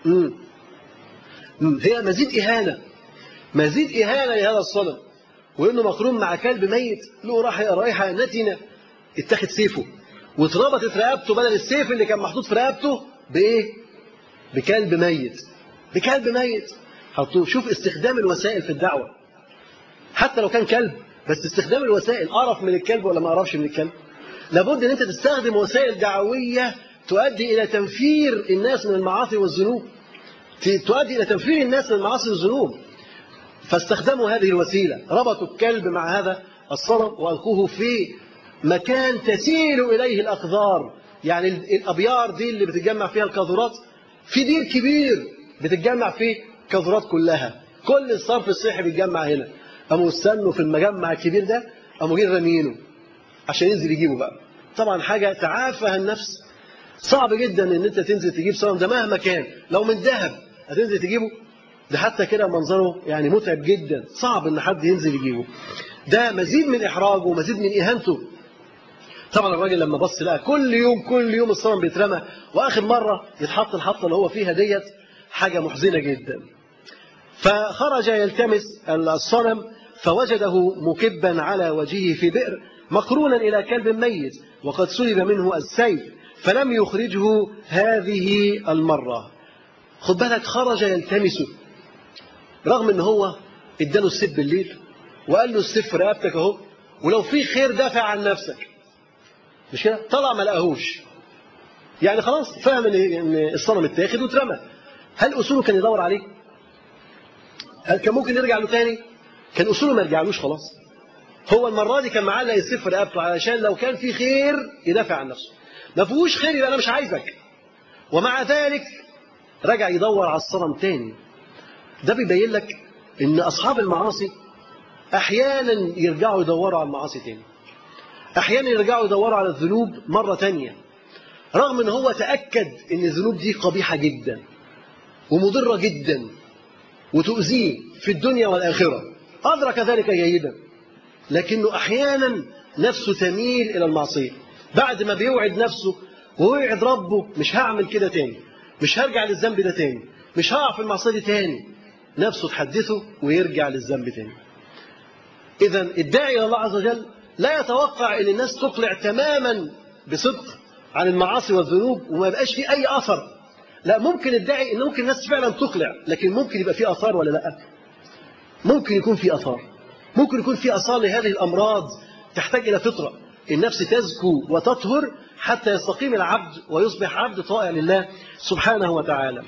مم. مم. هي مزيد إهانة، مزيد إهانة لهذا الصنم، وإنه مقرون مع كلب ميت له رائحة نتنة. اتخذ سيفه واتربطت رقبته بدل السيف اللي كان محطوط في رقبته بإيه؟ بكلب ميت، بكلب ميت. حطوه. شوف استخدام الوسائل في الدعوة، حتى لو كان كلب، بس استخدام الوسائل. أعرف من الكلب ولا ما أعرفش من الكلب؟ لابد أن أنت تستخدم وسائل دعوية تؤدي إلى تنفير الناس من المعاصي والذنوب، تؤدي إلى تنفير الناس من المعاصي والذنوب. فاستخدموا هذه الوسيلة، ربطوا الكلب مع هذا الصنم وألقوه في مكان تسيل إليه الأقذار. يعني الأبيار دي اللي بتتجمع فيها القاذورات، في دير كبير بتتجمع فيه القاذورات كلها، كل الصرف الصحي بيتجمع هنا. قاموا استنوا في المجمع الكبير ده، قاموا جايين راميينه عشان ينزل يجيبه بقى. طبعا حاجة تعافى النفس، صعب جدا ان انت تنزل تجيب صنم ده مهما كان، لو من ذهب هتنزل تجيبه؟ ده حتى كده منظره يعني متعب جدا، صعب ان حد ينزل يجيبه. ده مزيد من احراجه ومزيد من اهانته. طبعا الراجل لما بص لقى كل يوم كل يوم الصنم بيترمى، واخر مره يتحط الحطه اللي هو فيها ديت، حاجه محزنه جدا. فخرج يلتمس الصنم فوجده مكبا على وجهه في بئر مقرونا الى كلب ميت وقد سلب منه السيف فلم يخرجه هذه المره. خد بالك، خرج يلتمسه رغم ان هو اداله السيف بالليل وقال له السيف في رقبتك اهو، ولو في خير دافع عن نفسك، مش كده؟ طلع ما لقاهوش، يعني خلاص فهم ان الصنم اتاخد واترمى. هل اصوله كان يدور عليه؟ هل كان ممكن يرجع له تاني؟ كان اصوله ما يرجعلوش خلاص. هو المره دي كان معلق السيف في رقبته علشان لو كان في خير يدافع عن نفسه. ما فيهوش خير يبقى انا مش عايزك. ومع ذلك رجع يدور على الصنم تاني. ده بيبين لك ان اصحاب المعاصي احيانا يرجعوا يدوروا على المعاصي تاني، احيانا يرجعوا يدوروا على الذنوب مره تانيه، رغم ان هو تاكد ان الذنوب دي قبيحه جدا ومضره جدا وتؤذيه في الدنيا والاخره، ادرك ذلك جيدا، لكنه احيانا نفسه تميل الى المعصيه. بعد ما بيوعد نفسه ويوعد ربه مش هعمل كده تاني، مش هرجع للذنب ده تاني، مش هقع في المعصيه دي تاني، نفسه تحدثه ويرجع للذنب تاني. إذا الداعي إلى الله عز وجل لا يتوقع أن الناس تقلع تماما بصدق عن المعاصي والذنوب وما يبقاش فيه أي أثر. لا، ممكن الداعي إن ممكن الناس فعلا تقلع، لكن ممكن يبقى فيه أثار ولا لا؟ ممكن يكون فيه أثار، ممكن يكون فيه أثار لهذه الأمراض تحتاج إلى فطرة. النفس تزكو وتطهر حتى يستقيم العبد ويصبح عبد طائع لله سبحانه وتعالى.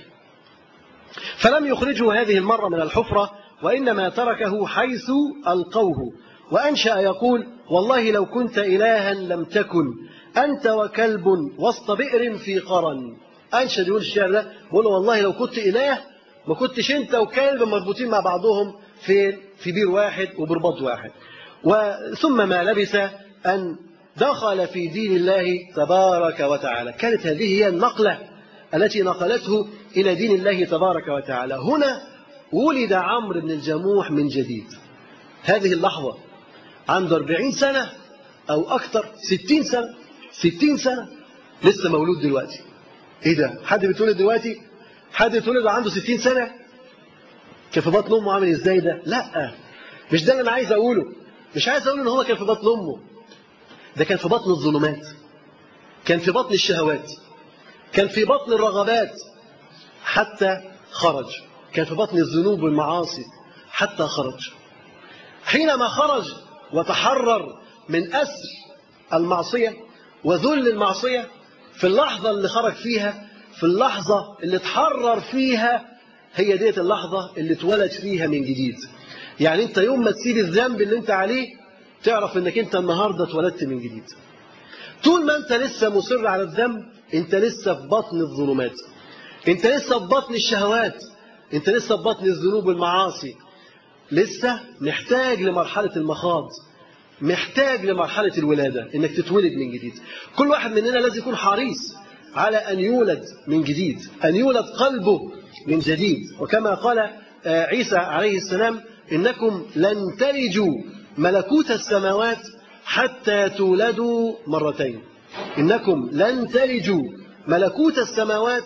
فلم يخرجه هذه المرة من الحفرة، وإنما تركه حيث ألقوه، وأنشأ يقول: والله لو كنت إلها لم تكن أنت وكلب وسط بئر في قرن. أنشأ يقول الشعر ده، بيقول والله لو كنت إله ما كنتش أنت وكلب مربوطين مع بعضهم في في بير واحد وبرباط واحد. وثم ما لبث أن دخل في دين الله تبارك وتعالى. كانت هذه هي النقلة التي نقلته إلى دين الله تبارك وتعالى. هنا ولد عمرو بن الجموح من جديد. هذه اللحظة عنده أربعين سنة أو أكثر، ستين سنة، ستين سنة، لسه مولود دلوقتي. إيه ده؟ حد بيتولد دلوقتي؟ حد بيتولد وعنده ستين سنة؟ كان في بطن أمه عامل إزاي ده؟ لا، مش ده اللي أنا عايز أقوله. مش عايز أقول إن هو كان في بطن أمه، ده كان في بطن الظلمات، كان في بطن الشهوات، كان في بطن الرغبات حتى خرج، كان في بطن الذنوب والمعاصي حتى خرج. حينما خرج وتحرر من أسر المعصية وذل المعصية، في اللحظة اللي خرج فيها، في اللحظة اللي تحرر فيها، هي ديت اللحظة اللي اتولد فيها من جديد. يعني انت يوم ما تسيب الذنب اللي انت عليه تعرف انك انت النهاردة اتولدت من جديد. طول ما انت لسه مصر على الذنب انت لسه في بطن الظلمات، انت لسه في بطن الشهوات، انت لسه في بطن الذنوب والمعاصي، لسه محتاج لمرحلة المخاض، محتاج لمرحلة الولادة، انك تتولد من جديد. كل واحد مننا لازم يكون حريص على أن يولد من جديد، أن يولد قلبه من جديد. وكما قال عيسى عليه السلام: إنكم لن تلجوا ملكوت السماوات حتى تولدوا مرتين. إنكم لن تلجوا ملكوت السماوات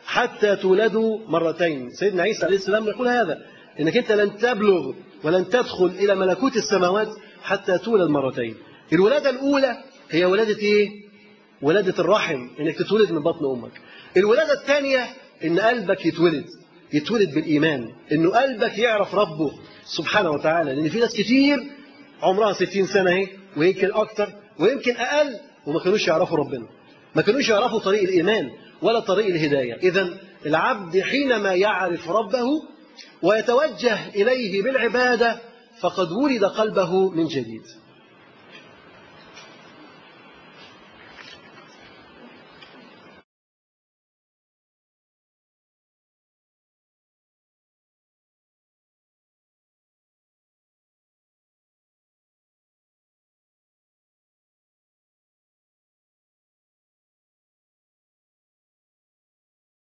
حتى تولدوا مرتين. سيدنا عيسى عليه السلام يقول هذا، إنك أنت لن تبلغ ولن تدخل إلى ملكوت السماوات حتى تولد مرتين. الولادة الأولى هي ولادة إيه؟ ولادة الرحم، إنك تتولد من بطن أمك. الولادة الثانية إن قلبك يتولد، يتولد بالإيمان، إنه قلبك يعرف ربه سبحانه وتعالى. لأن في ناس كتير عمرها ستين سنة اهي، ويمكن أكتر ويمكن أقل، وما كانوش يعرفوا ربنا، ما كانوش يعرفوا طريق الإيمان ولا طريق الهداية. إذن العبد حينما يعرف ربه ويتوجه إليه بالعبادة فقد ولد قلبه من جديد.